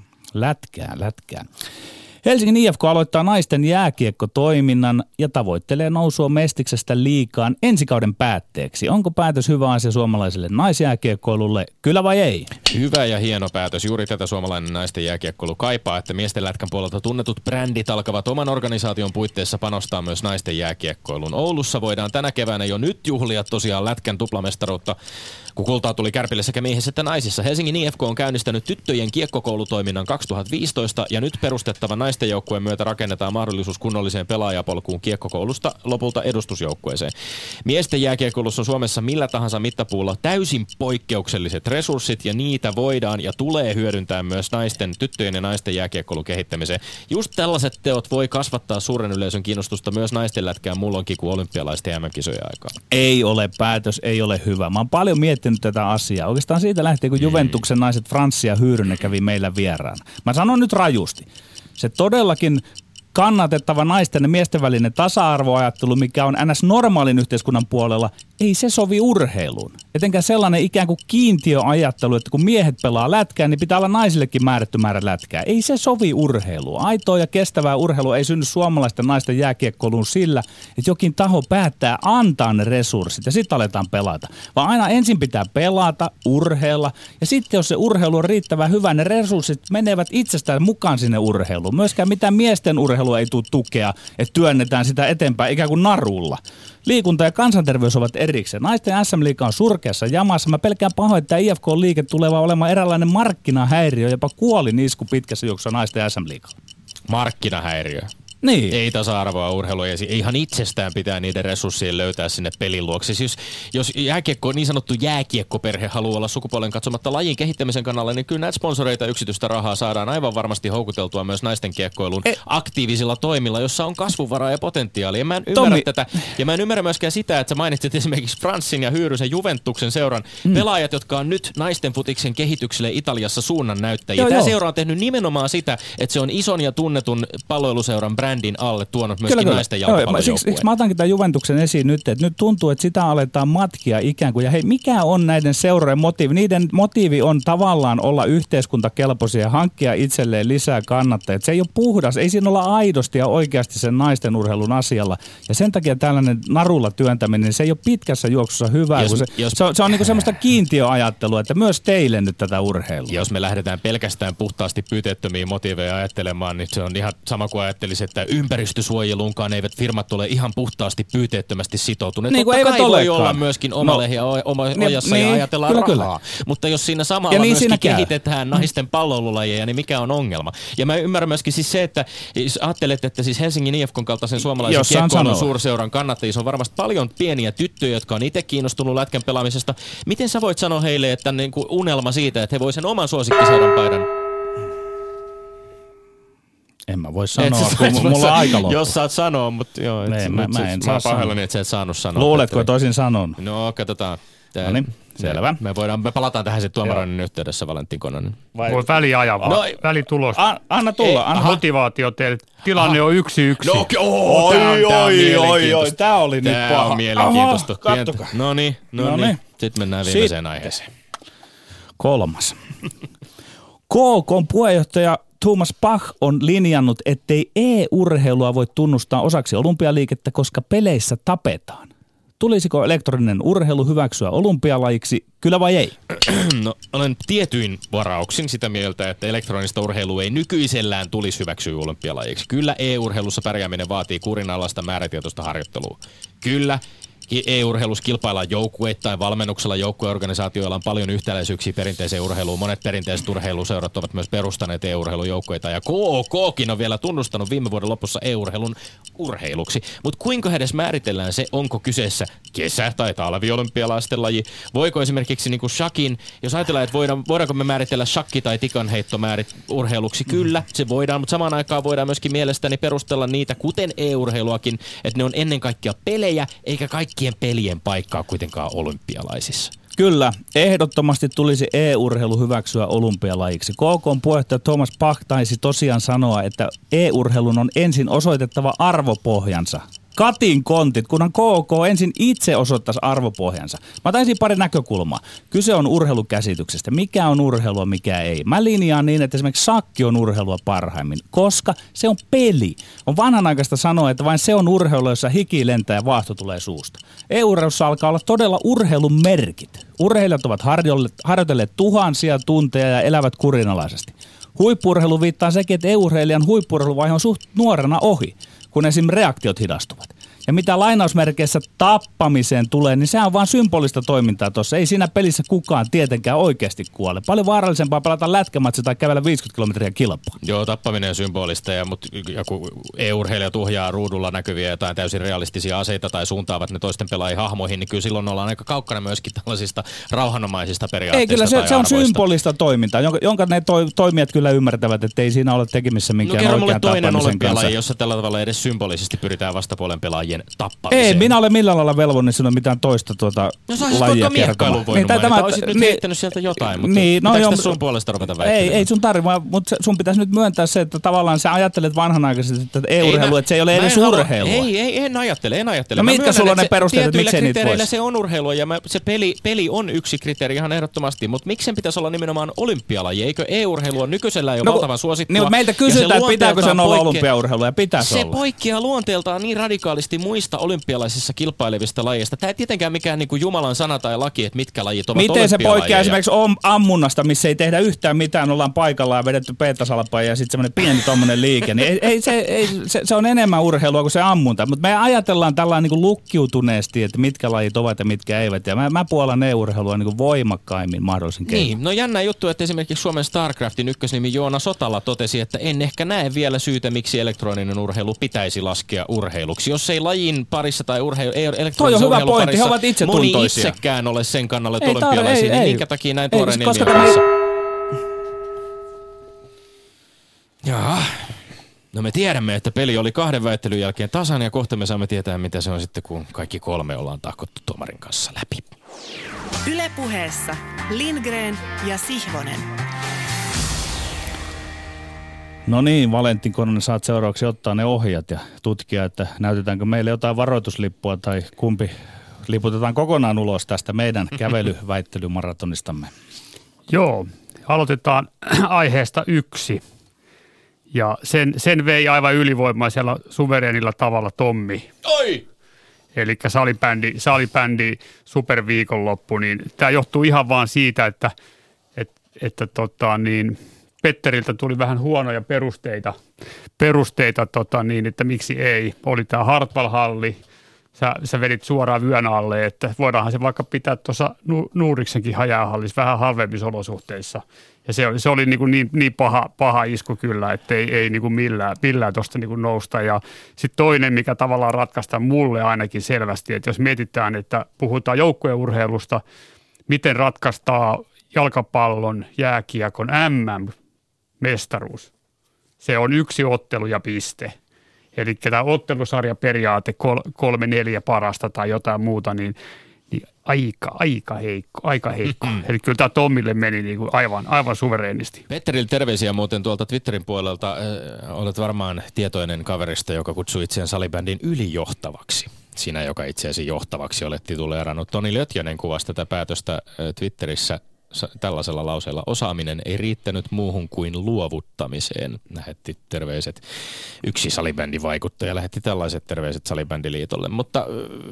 Lätkää, lätkää. Helsingin I F K aloittaa naisten jääkiekkotoiminnan ja tavoittelee nousua Mestiksestä liigaan ensi kauden päätteeksi. Onko päätös hyvä asia suomalaiselle naisjääkiekkoilulle, kyllä vai ei? Hyvä ja hieno päätös. Juuri tätä suomalainen naisten jääkiekkoilu kaipaa, että miesten lätkän puolelta tunnetut brändit alkavat oman organisaation puitteissa panostaa myös naisten jääkiekkoilun. Oulussa voidaan tänä keväänä jo nyt juhlia tosiaan lätkän tuplamestaruutta, kun kultaa tuli Kärpille sekä miehissä että naisissa. Helsingin I F K on käynnistänyt tyttöjen kiekkokoulutoiminnan kaksituhattaviisitoista ja nyt perustettava naisten joukkueen myötä rakennetaan mahdollisuus kunnolliseen pelaajapolkuun kiekkokoulusta lopulta edustusjoukkueeseen. Miesten jääkiekkoilussa on Suomessa millä tahansa mittapuulla täysin poikkeukselliset resurssit ja niitä voidaan ja tulee hyödyntää myös naisten, tyttöjen ja naisten jääkiekkoilun kehittämiseen. Just tällaiset teot voi kasvattaa suuren yleisön kiinnostusta myös naisten lätkään muulloinkin kuin olympialaisten M M-kisojen aikaan. Ei ole päätös, ei ole hyvä. Mä oon paljon miettinyt tätä asiaa. Oikeastaan siitä lähtien, kun Juventuksen naiset Franssi ja Hyyrynen kävi meillä vieraana. Mä sanon nyt rajusti. Se todellakin kannatettava naisten ja miesten välinen tasa-arvoajattelu, mikä on ns. Normaalin yhteiskunnan puolella, ei se sovi urheiluun. Etenkään sellainen ikään kuin kiintiöajattelu, että kun miehet pelaa lätkää, niin pitää olla naisillekin määrätty määrä lätkää. Ei se sovi urheiluun. Aitoa ja kestävää urheilua ei synny suomalaisten naisten jääkiekkoiluun sillä, että jokin taho päättää antaa ne resurssit ja sitten aletaan pelata. Vaan aina ensin pitää pelata, urheilla ja sitten jos se urheilu on riittävän hyvä, ne resurssit menevät itsestään mukaan sinne urheiluun. Myöskään mitään miesten urheilua ei tule tukea, että työnnetään sitä eteenpäin ikään kuin narulla. Liikunta ja kansanterveys ovat erikseen. Naisten S M-liiga on surkeassa jamassa. Mä pelkään pahoin, että I F K-liike tulee olemaan eräänlainen markkinahäiriö, jopa kuolinisku pitkässä juoksussa naisten S M-liigalla. Markkinahäiriö. Niin. Ei tasa-arvoa urheilua ja ihan itsestään pitää niiden resurssien löytää sinne pelin luokse. Siis jos jääkiekko, niin sanottu jääkiekkoperhe haluaa olla sukupuolen katsomatta lajin kehittämisen kannalla, niin kyllä näitä sponsoreita yksityistä rahaa saadaan aivan varmasti houkuteltua myös naisten kiekkoilun e- aktiivisilla toimilla, jossa on kasvuvaraa ja potentiaalia. Ja mä en ymmärrä Tommi. tätä. Ja mä en ymmärrä myöskään sitä, että sä mainitsit esimerkiksi Franssin ja Hyyrysen Juventuksen seuran mm. pelaajat, jotka on nyt naisten futiksen kehitykselle Italiassa suunnan näyttäjiä. Tämä seura on tehnyt nimenomaan sitä, että se on ison ja tunnetun palloiluseuran brändin alle tuonut myöskin kyllä, naisten jalkapallojoukkueen. Siksi, siksi mä otankin tämän Juventuksen esiin nyt, että nyt tuntuu, että sitä aletaan matkia ikään kuin. Ja hei, mikä on näiden seurojen motiivi? Niiden motiivi on tavallaan olla yhteiskuntakelpoisia ja hankkia itselleen lisää kannattajia. Se ei ole puhdas, ei siinä olla aidosti ja oikeasti sen naisten urheilun asialla. Ja sen takia tällainen narulla työntäminen, se ei ole pitkässä juoksussa hyvä. Jos, se, jos, se on, se on niin kuin semmoista kiintiöajattelua, että myös teille nyt tätä urheilua. Jos me lähdetään pelkästään puhtaasti pyyteettömiä motiiveja ajattelemaan, niin se on ihan sama kuin ajattelisi, että ympäristösuojeluunkaan eivät firmat ole ihan puhtaasti pyyteettömästi sitoutuneet. Niin, totta kai voi olekaan. olla myöskin oma no, lehjä oma ojassa niin, ja ajatellaan kyllä, rahaa. Kyllä. Mutta jos siinä samalla niin myöskin siinä kehitetään naisten palloilulajeja, niin mikä on ongelma? Ja mä ymmärrän myöskin siis se, että jos ajattelet, että siis Helsingin I F K:n kaltaisen suomalaisen kiekkoilun suurseuran kannattajissa on varmasti paljon pieniä tyttöjä, jotka on itse kiinnostunut lätkän pelaamisesta. Miten sä voit sanoa heille, että niin kuin unelma siitä, että he voi sen oman suosikkiseuran paidan? En mä voi sanoa, kun mulla on aika loppu. Jos saat sanoa, mutta joo. Ne, et, mä, nyt, mä en mä saa oon pahoillani, että sä et saanut sanoa. Luuletko, että olisin sanonut? No, katsotaan. Tää, no niin, selvä. Me, voidaan, me palataan tähän sitten tuomaroinnin yhteydessä, Valentin Kononen. Voi väliaja vaan. No, välitulos. A, anna tulla. Anna. Motivaatio teille. Tilanne aha. on yksi yksi. No, oh, oi, tää on, tää oi, oi, oi, tää oli tää nyt paha. On mielenkiintoista. Kattokaa. No niin, no niin. Sitten mennään viimeiseen aiheeseen. Kolmas. K K:n puheenjohtaja Thomas Bach on linjannut, ettei e-urheilua voi tunnustaa osaksi olympialiikettä, koska peleissä tapetaan. Tulisiko elektroninen urheilu hyväksyä olympialajiksi, kyllä vai ei? No, olen tietyin varauksin sitä mieltä, että elektronista urheilua ei nykyisellään tulisi hyväksyä olympialajiksi. Kyllä e-urheilussa pärjääminen vaatii kurinalaista määrätietoista harjoittelua. Kyllä. E-urheilussa kilpaillaan joukkueittain, valmennuksella joukkueorganisaatioilla on paljon yhtäläisyyksiä perinteiseen urheiluun. Monet perinteiset urheiluseurat ovat myös perustaneet e-urheilujoukkueita ja K K:kin on vielä tunnustanut viime vuoden lopussa e-urheilun urheiluksi. Mutta kuinka edes määritellään se, onko kyseessä kesä- tai talviolympialaisten laji? Voiko esimerkiksi niin kuin shakin, jos ajatellaan, että voidaan, voidaanko me määritellä shakki- tai tikanheittomäärit urheiluksi? Kyllä, se voidaan, mutta samaan aikaan voidaan myöskin mielestäni perustella niitä, kuten e-urheiluakin, että ne on ennen kaikkea pelejä, eikä kaikki pelien paikkaa kuitenkaan olympialaisissa. Kyllä, ehdottomasti tulisi e-urheilu hyväksyä olympialajiksi. K K:n puheenjohtaja Thomas Bach taisi tosiaan sanoa, että e-urheilun on ensin osoitettava arvopohjansa. Katin kontit, kunhan K K ensin itse osoittaisi arvopohjansa. Mä taisin pari näkökulmaa. Kyse on urheilukäsityksestä. Mikä on urheilua, mikä ei. Mä linjaan niin, että esimerkiksi sakki on urheilua parhaimmin, koska se on peli. On vanhanaikaista sanoa, että vain se on urheilua, jossa hiki lentää ja vaahto tulee suusta. E-urheilussa alkaa olla todella urheilun merkit. Urheilijat ovat harjoitelleet tuhansia tunteja ja elävät kurinalaisesti. Huippu-urheilu viittaa sekin, että e-urheilijan huippu-urheiluvaihe on suht nuorena ohi, kun esim. Reaktiot hidastuvat. Ja mitä lainausmerkeissä tappamiseen tulee, niin se on vaan symbolista toimintaa tuossa. Ei siinä pelissä kukaan tietenkään oikeasti kuole. Paljon vaarallisempaa pelata lätkämatsi tai kävellä viisikymmentä kilometriä kilpaa. Joo, tappaminen on symbolista, ja, mutta ja kun e-urheilijat uhjaa ruudulla näkyviä jotain täysin realistisia aseita tai suuntaavat ne toisten pelaajien hahmoihin, niin kyllä silloin ollaan aika kaukana myöskin tällaisista rauhanomaisista periaatteista. Ei, kyllä se, tai se on arvoista. Symbolista toimintaa, jonka, jonka ne to, toimijat kyllä ymmärtävät, että ei siinä ole tekemissä mikään no, oikean toinen tappamisen kanssa. jossa tällä tavalla edes symbolisesti pyritään vastapuolen pelaajien tappamiseen. Ei, minä olen millään lailla velvollinen sanoa mitään toista tuota no, lajia kertomaan. No miekkailun voinut niin, mainita. Olisit nyt niin, heittänyt sieltä jotain, mutta niin, no, pitääkö tässä sun puolesta ruveta väittelemään? Ei, ei sun tarvitse, mutta sun pitäisi nyt myöntää se, että tavallaan sä ajattelet vanhanaikaisesti, että e-urheilu, että se ei ole edes urheilua. Ei, ei, en ajattele, en ajattele. No mä mitkä myönnän, sulla on ne perusteet, että miksei niitä voisi? se on urheilua ja mä, se peli, peli on yksi kriteeri ihan ehdottomasti, mutta miksi sen pitäisi olla nimenomaan olympialaji? Eikö e-urheilu on nykyisellään jo no, valtavan suosittua? Niin, meiltä kysytään, että pitääkö sen olla olympiaurheilua ja pitäisi se olla. Se poikkeaa luonteeltaan niin radikaalisti muista olympialaisissa kilpailevista lajeista. Tämä ei tietenkään mikään niin kuin Jumalan sana tai laki, että mitkä lajit ovat miten se poikkeaa esimerkiksi om- ammunnasta, missä ei tehdä yhtään mitään, ollaan paikallaan ja vedetty peettasalpaa ja sitten semmoinen pieni tommonen liike. Niin ei, ei, se, ei, se, se on enemmän urheilua kuin se ammunta. Mutta me ajatellaan tällainen niin kuin lukkiutuneesti, että mitkä lajit ovat ja mitkä eivät. Ja mä, mä puolan e-urheilua niin kuin voimakkaimmin mahdollisen keinoin. Niin, no jännä juttu, että esimerkiksi Suomen StarCraftin ykkösnimi Joona Sotala totesi, että en ehkä näe vielä syytä, miksi elektroninen urheilu pitäisi laskea urheiluksi. Jos ei lajin parissa tai urheilu, ei elektronisen urheilun parissa, he ovat itse moni itsekään ole sen kannalla, että olympialaisia, niin minkä takia näin tuoreen ilmiön kanssa? Jaa. No me tiedämme, että peli oli kahden väittelyn jälkeen tasan ja kohta me saamme tietää, mitä se on sitten, kun kaikki kolme ollaan tahkottu tuomarin kanssa läpi. Yle Puheessa Lindgren ja Sihvonen. No niin, Valentin Kononen, saat seuraavaksi ottaa ne ohjat ja tutkia, että näytetäänkö meille jotain varoituslippua tai kumpi liputetaan kokonaan ulos tästä meidän kävelyväittelymaratonistamme. Joo, aloitetaan aiheesta yksi. Ja sen, sen vei aivan ylivoimaisella suvereenilla tavalla Tommi. Oi! Eli salibändi, salibändi superviikonloppu, niin tämä johtuu ihan vaan siitä, että, että, että tota, niin, Petteriltä tuli vähän huonoja perusteita, perusteita tota, niin, että miksi ei. Oli tämä Hartwall-halli, sä, sä vedit suoraan vyön alle, että voidaanhan se vaikka pitää tuossa Nuuriksenkin hajahallissa vähän halvemmissa olosuhteissa. Ja se oli, se oli niin, kuin niin, niin paha, paha isku kyllä, että ei, ei niin kuin millään, millään tuosta niin kuin nousta. Ja sitten toinen, mikä tavallaan ratkaista mulle ainakin selvästi, että jos mietitään, että puhutaan joukkueurheilusta, miten ratkaistaan jalkapallon, jääkiekon äm äm-mestaruus. Se on yksi ottelu ja piste. Eli tämä ottelusarjaperiaate kolme, neljä parasta tai jotain muuta, niin Niin aika, aika heikko, aika heikko. Mm-hmm. Eli kyllä tämä Tommille meni niin kuin aivan, aivan suvereenisti. Petterille terveisiä muuten tuolta Twitterin puolelta. Äh, olet varmaan tietoinen kaverista, joka kutsui itseään salibändin ylijohtavaksi. Sinä, joka itseäsi johtavaksi olet tituleerannut. Toni Lötjönen kuvasi tätä päätöstä äh, Twitterissä tällaisella lauseella: osaaminen ei riittänyt muuhun kuin luovuttamiseen. Lähetti terveiset. Yksi salibändivaikuttaja lähetti tällaiset terveiset Salibändiliitolle. Mutta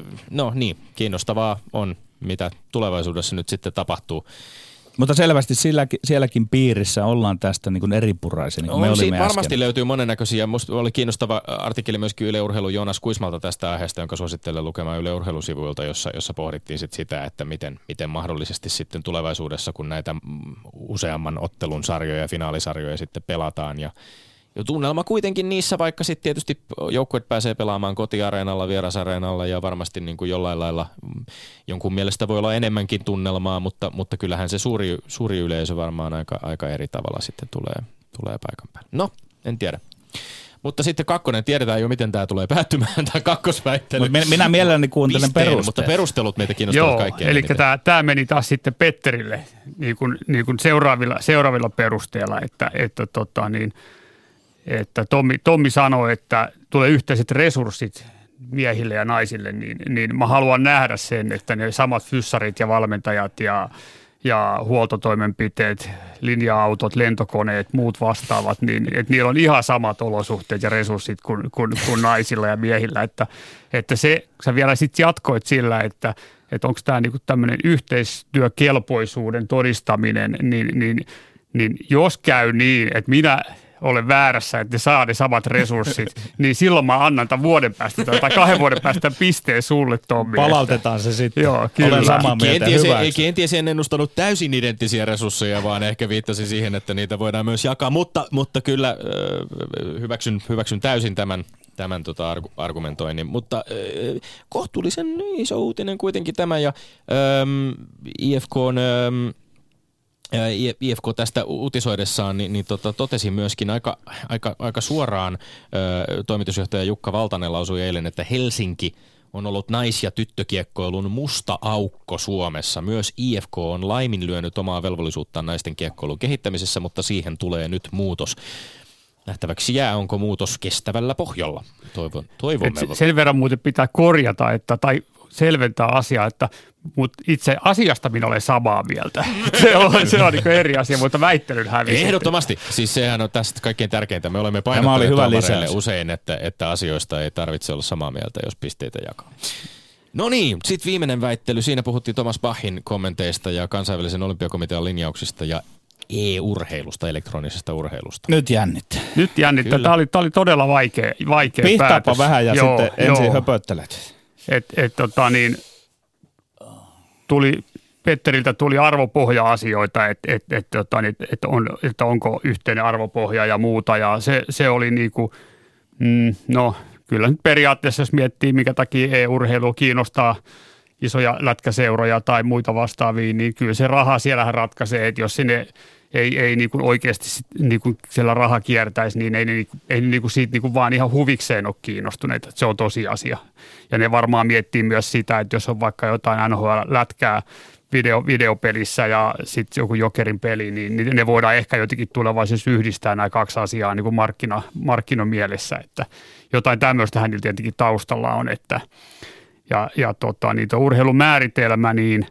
no niin, kiinnostavaa on, mitä tulevaisuudessa nyt sitten tapahtuu. Mutta selvästi silläkin, sielläkin piirissä ollaan tästä niin kuin eripuraisia, niin kuin me olimme äsken. Varmasti löytyy monennäköisiä. Musta oli kiinnostava artikkeli myöskin Yle Urheilun Joonas Kuismalta tästä aiheesta, jonka suosittelen lukemaan Yle Urheilusivuilta, jossa, jossa pohdittiin sit sitä, että miten, miten mahdollisesti sitten tulevaisuudessa, kun näitä useamman ottelun sarjoja ja finaalisarjoja sitten pelataan ja Ja tunnelma kuitenkin niissä, vaikka sitten tietysti joukkueet pääsee pelaamaan kotiareenalla, vierasareenalla ja varmasti niin kuin jollain lailla jonkun mielestä voi olla enemmänkin tunnelmaa, mutta, mutta kyllähän se suuri, suuri yleisö varmaan aika, aika eri tavalla sitten tulee, tulee paikan päälle. No, en tiedä. Mutta sitten kakkonen, tiedetään jo miten tämä tulee päättymään, tämä kakkosväittely. Minä, minä mielelläni kuuntelen perustelut. Mutta perustelut meitä kiinnostavat kaikkein. Eli tämä, tämä meni taas sitten Petterille niin kuin, niin kuin seuraavilla, seuraavilla perusteella, että, että tota niin, että Tommi, Tommi sanoi, että tulee yhteiset resurssit miehille ja naisille, niin, niin mä haluan nähdä sen, että ne samat fyssarit ja valmentajat ja, ja huoltotoimenpiteet, linja-autot, lentokoneet, muut vastaavat, niin että niillä on ihan samat olosuhteet ja resurssit kuin, kuin, kuin naisilla ja miehillä. Että, että se, sä vielä sitten jatkoit sillä, että, että onko tämä niinku tämmöinen yhteistyökelpoisuuden todistaminen, niin, niin, niin jos käy niin, että minä olen väärässä, että ne saa ne samat resurssit, niin silloin mä annan tämän vuoden päästä tai kahden vuoden päästä pisteen sulle, Tommi. Palautetaan se sitten. Joo, kyllä. Olen samaa mieltä, kenties, hyväksi. kenties en ennustanut täysin identtisiä resursseja, vaan ehkä viittasin siihen, että niitä voidaan myös jakaa, mutta, mutta kyllä äh, hyväksyn, hyväksyn täysin tämän, tämän tota argumentoinnin, mutta äh, kohtuullisen iso uutinen kuitenkin tämä, ja ähm, I F K:n ähm, I F K tästä uutisoidessaan niin, niin tota, totesi myöskin aika, aika, aika suoraan, ö, toimitusjohtaja Jukka Valtanen lausui eilen, että Helsinki on ollut nais- ja tyttökiekkoilun musta aukko Suomessa. Myös I F K on laiminlyönyt omaa velvollisuuttaan naisten kiekkoilun kehittämisessä, mutta siihen tulee nyt muutos. Nähtäväksi jää, onko muutos kestävällä pohjalla. Toivon, toivomme. Et sen verran muuten pitää korjata, että, tai selventää asiaa, että mutta itse asiasta minä olen samaa mieltä. Se on, se on niin eri asia, mutta väittelyn hävisi. Ehdottomasti. Siis sehän on tästä kaikkein tärkeintä. Me olemme painottaneet tuomareille usein, että, että asioista ei tarvitse olla samaa mieltä, jos pisteitä jakaa. No niin, sitten viimeinen väittely. Siinä puhuttiin Thomas Bachin kommenteista ja kansainvälisen olympiakomitean linjauksista ja e-urheilusta, elektronisesta urheilusta. Nyt jännittää. Nyt jännittää. Tämä oli, tämä oli todella vaikea, vaikea Pihtaapa päätös. Pihtaapa vähän ja joo, sitten ensin joo. höpöttelet. Et, et, tota, niin, tuli, Petteriltä tuli arvopohja-asioita, että et, et, tota, et, et on, että onko yhteinen arvopohja ja muuta. Ja se, se oli niinku, mm, no kyllä nyt periaatteessa, jos miettii, mikä takia e-urheilu kiinnostaa isoja lätkäseuroja tai muita vastaavia, niin kyllä se raha siellähän ratkaisee, että jos sinne ei, ei niin kuin oikeasti niin kuin siellä raha kiertäisi, niin ei ne, ei ne niin kuin siitä niin kuin vaan ihan huvikseen ole kiinnostuneita. Se on tosiasia. Ja ne varmaan miettii myös sitä, että jos on vaikka jotain N H L-lätkää video, videopelissä ja sitten joku Jokerin peli, niin ne voidaan ehkä jotenkin tulevaisuudessa yhdistää nämä kaksi asiaa niin kuin markkina, markkinomielessä. Että jotain tämmöistähän niillä tietenkin taustalla on. Että, ja ja tota, niitä urheilumääritelmä, niin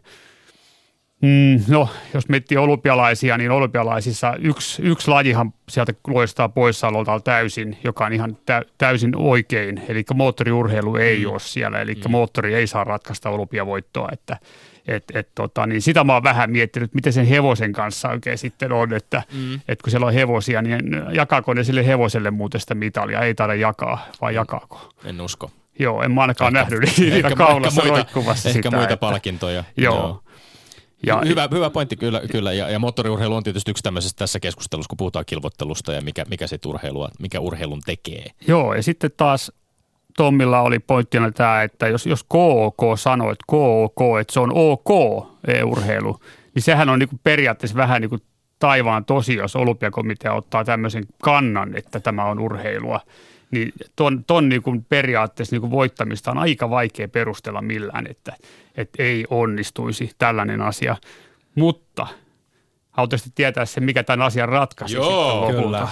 Mm, no, jos miettii olympialaisia, niin olympialaisissa yksi, yksi lajihan sieltä loistaa poissaololta täysin, joka on ihan tä, täysin oikein. Eli moottoriurheilu ei mm. ole siellä, eli mm. moottori ei saa ratkaista olympiavoittoa. Että, et, et, tota, niin sitä mä oon vähän miettinyt, miten sen hevosen kanssa oikein sitten on, että mm. et kun siellä on hevosia, niin jakaako ne sille hevoselle muuten sitä mitalia? Ei taida jakaa, vai jakaako? En usko. Joo, en mä ainakaan ehkä, nähnyt niitä kaulassa roikkuvassa ehkä sitä. Ehkä muita että, palkintoja. Joo. joo. Ja, hyvä, hyvä pointti kyllä, kyllä. Ja, ja moottoriurheilu on tietysti yksi tämmöisessä tässä keskustelussa, kun puhutaan kilvoittelusta ja mikä, mikä, se urheilua, mikä urheilun tekee. Joo, ja sitten taas Tommilla oli pointtina tämä, että jos, jos K O K sanoo, että K O K, että se on OK e-urheilu, niin sehän on niinku periaatteessa vähän niin kuin taivaan tosi, jos olympiakomitea ottaa tämmöisen kannan, että tämä on urheilua. Niin ton, ton niinku periaatteessa niinku voittamista on aika vaikea perustella millään, että, että ei onnistuisi tällainen asia. Mutta haluaisitte tietää sen, mikä tämän asian ratkaisi Joo, sitten lopulta.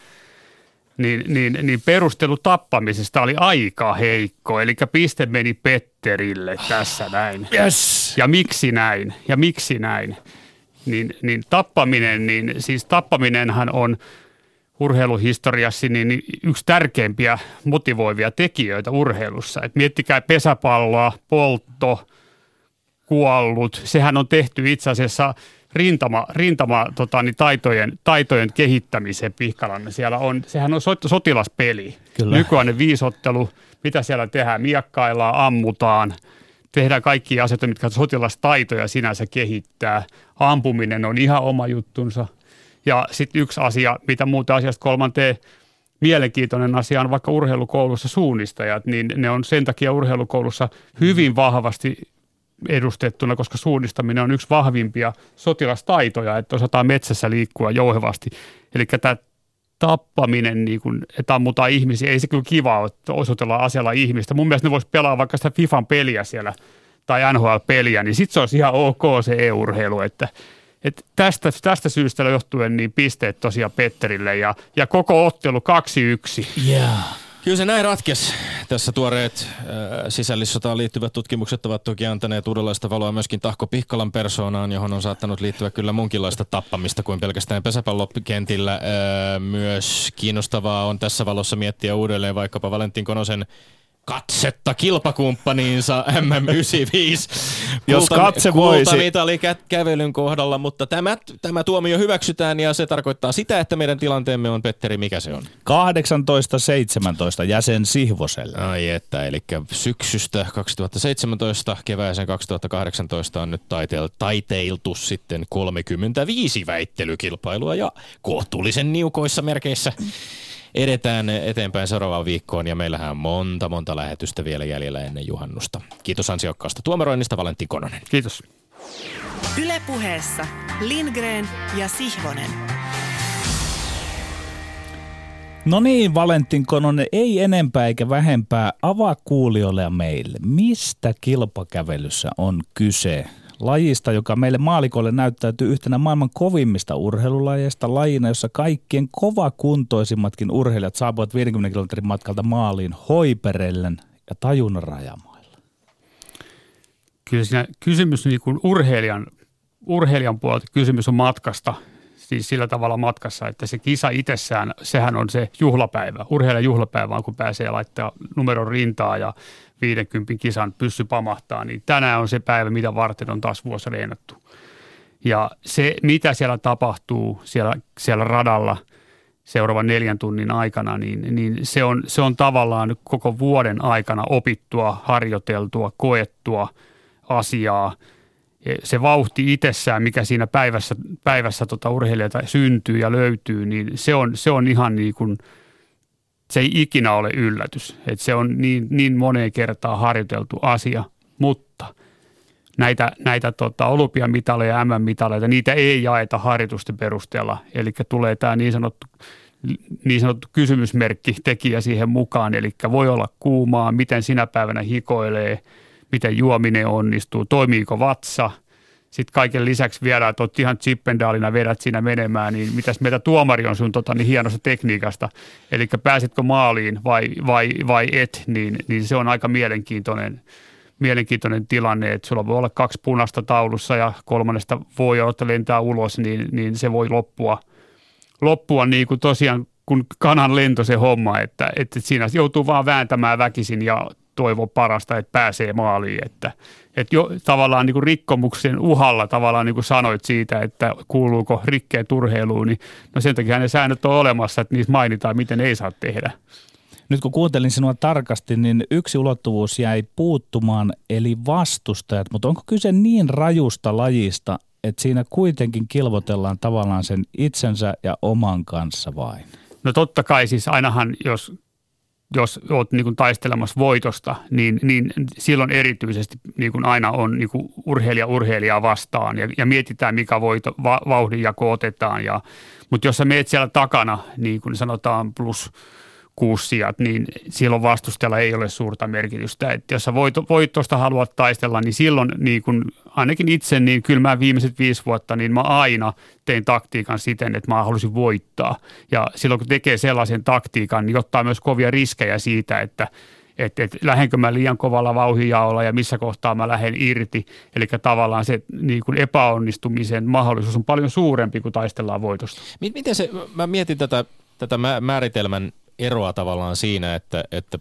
Niin, niin, niin perustelu tappamisesta oli aika heikko, eli piste meni Petterille tässä näin. Yes. Ja miksi näin? Ja miksi näin? Niin, niin tappaminen, niin siis tappaminenhan on urheiluhistoriassa niin yksi tärkeimpiä motivoivia tekijöitä urheilussa. Et miettikää pesäpalloa, poltto, kuollut. Sehän on tehty itse asiassa rintama, rintama tota, niin taitojen, taitojen kehittämiseen Pihkalanne. Siellä on, sehän on sotilaspeli. Kyllä. Nykyinen viisottelu, mitä siellä tehdään, miekkaillaan, ammutaan. Tehdään kaikkia asioita, mitkä sotilastaitoja sinänsä kehittää. Ampuminen on ihan oma juttunsa. Ja sitten yksi asia, mitä muuta asiasta kolmanteen mielenkiintoinen asia on vaikka urheilukoulussa suunnistajat, niin ne on sen takia urheilukoulussa hyvin vahvasti edustettuna, koska suunnistaminen on yksi vahvimpia sotilastaitoja, että osataan metsässä liikkua jouhevasti. Eli tämä tappaminen, niin kun, että ammutaan ihmisiä, ei se kyllä kiva ole, että osoitellaan asialla ihmistä. Mun mielestä ne voisi pelaa vaikka sitä FIFAn peliä siellä tai N H L-peliä, niin sitten se olisi ihan ok se e-urheilu, että Et tästä, tästä syystä johtuen niin pisteet tosiaan Petterille ja, ja koko ottelu kaksi yksi. Yeah. Kyllä se näin ratkesi. Tässä tuoreet äh, sisällissotaan liittyvät tutkimukset ovat toki antaneet uudenlaista valoa myöskin Tahko Pihkalan persoonaan, johon on saattanut liittyä kyllä munkinlaista tappamista kuin pelkästään pesäpallokentillä. Äh, myös kiinnostavaa on tässä valossa miettiä uudelleen vaikkapa Valentin Konosen katsetta kilpakumppaniinsa M M yhdeksänkymmentäviisi. Jos katse voisi. Kultamitali kä- kävelyn kohdalla, mutta tämä, tämä tuomio hyväksytään ja se tarkoittaa sitä, että meidän tilanteemme on, Petteri, mikä se on? kahdeksantoista seitsemäntoista jäsen Sihvoselle. Ai että, eli syksystä kaksituhattaseitsemäntoista kevääseen kaksituhattakahdeksantoista on nyt taiteil- taiteiltu sitten kolmekymmentäviisi väittelykilpailua ja kohtuullisen niukoissa merkeissä edetään eteenpäin seuraavaan viikkoon ja meillähän on monta, monta lähetystä vielä jäljellä ennen juhannusta. Kiitos ansiokkaasta tuomaroinnista, Valentin Kononen. Kiitos. Yle Puheessa Lindgren ja Sihvonen. No niin, Valentin Kononen, ei enempää eikä vähempää. Avaa kuulijoille ja meille. Mistä kilpakävelyssä on kyse? Lajista, joka meille maalikoille näyttäytyy yhtenä maailman kovimmista urheilulajeista, lajina, jossa kaikkien kovakuntoisimmatkin urheilijat saapuvat viidenkymmenen kilometrin matkalta maaliin hoiperellen ja tajunnan rajamailla. Kyllä siinä kysymys niin kuin urheilijan, urheilijan puolelta kysymys on matkasta, siis sillä tavalla matkassa, että se kisa itsessään, sehän on se juhlapäivä, urheilijan juhlapäivä, kun pääsee laittaa numeron rintaa ja viidenkympin kisan pyssy pamahtaa, niin tänään on se päivä, mitä varten on taas vuosi reenattu. Ja se, mitä siellä tapahtuu siellä, siellä radalla seuraavan neljän tunnin aikana, niin, niin se, on, se on tavallaan koko vuoden aikana opittua, harjoiteltua, koettua asiaa. Se vauhti itsessään, mikä siinä päivässä, päivässä tota urheilijalta syntyy ja löytyy, niin se on, se on ihan niin kuin, se ei ikinä ole yllätys. Että se on niin, niin moneen kertaan harjoiteltu asia, mutta näitä, näitä tota, olympiamitaleja ja M M-mitaleita, niitä ei jaeta harjoitusten perusteella. Eli tulee tämä niin sanottu, niin sanottu kysymysmerkki tekijä siihen mukaan, eli voi olla kuumaa, miten sinä päivänä hikoilee, miten juominen onnistuu, toimiiko vatsa. Sitten kaiken lisäksi vielä, että olet ihan chippendaalina, vedät siinä menemään, niin mitäs meitä tuomari on sun tota, niin hienosta tekniikasta. Eli pääsetkö maaliin vai, vai, vai et, niin, niin se on aika mielenkiintoinen, mielenkiintoinen tilanne, että sulla voi olla kaksi punaista taulussa ja kolmannesta voi olla, että lentää ulos, niin, niin se voi loppua, loppua niin kuin tosiaan kun kanan lento se homma, että, että siinä joutuu vaan vääntämään väkisin ja toivoo parasta, että pääsee maaliin, että, että jo tavallaan niin kuin rikkomuksen uhalla tavallaan niin kuin sanoit siitä, että kuuluuko rikkeet urheiluun, niin no sen takia ne säännöt on olemassa, että niissä mainitaan, miten ei saa tehdä. Nyt kun kuuntelin sinua tarkasti, niin yksi ulottuvuus jäi puuttumaan, eli vastustajat, mutta onko kyse niin rajusta lajista, että siinä kuitenkin kilvotellaan tavallaan sen itsensä ja oman kanssa vain? No totta kai siis ainahan, jos Jos olet niin kuin taistelemassa voitosta, niin, niin silloin erityisesti niin kuin aina on niin kuin urheilija urheilijaa vastaan ja, ja mietitään, mikä voito, va, vauhdinjako otetaan. Ja, mutta jos sä meet siellä takana, niin kuin sanotaan plus kuusi sijat, niin silloin vastustajalla ei ole suurta merkitystä. Et jos sä voito, voitosta haluat taistella, niin silloin niin kun, ainakin itse, niin kyllä mä viimeiset viisi vuotta, niin mä aina tein taktiikan siten, että mä halusin voittaa. Ja silloin kun tekee sellaisen taktiikan, niin ottaa myös kovia riskejä siitä, että että et, lähdenkö mä liian kovalla vauhdinjaolla ja missä kohtaa mä lähden irti. Eli tavallaan se niin kun epäonnistumisen mahdollisuus on paljon suurempi, kun taistellaan voitosta. Miten se, mä mietin tätä, tätä määritelmän eroa tavallaan siinä, että, että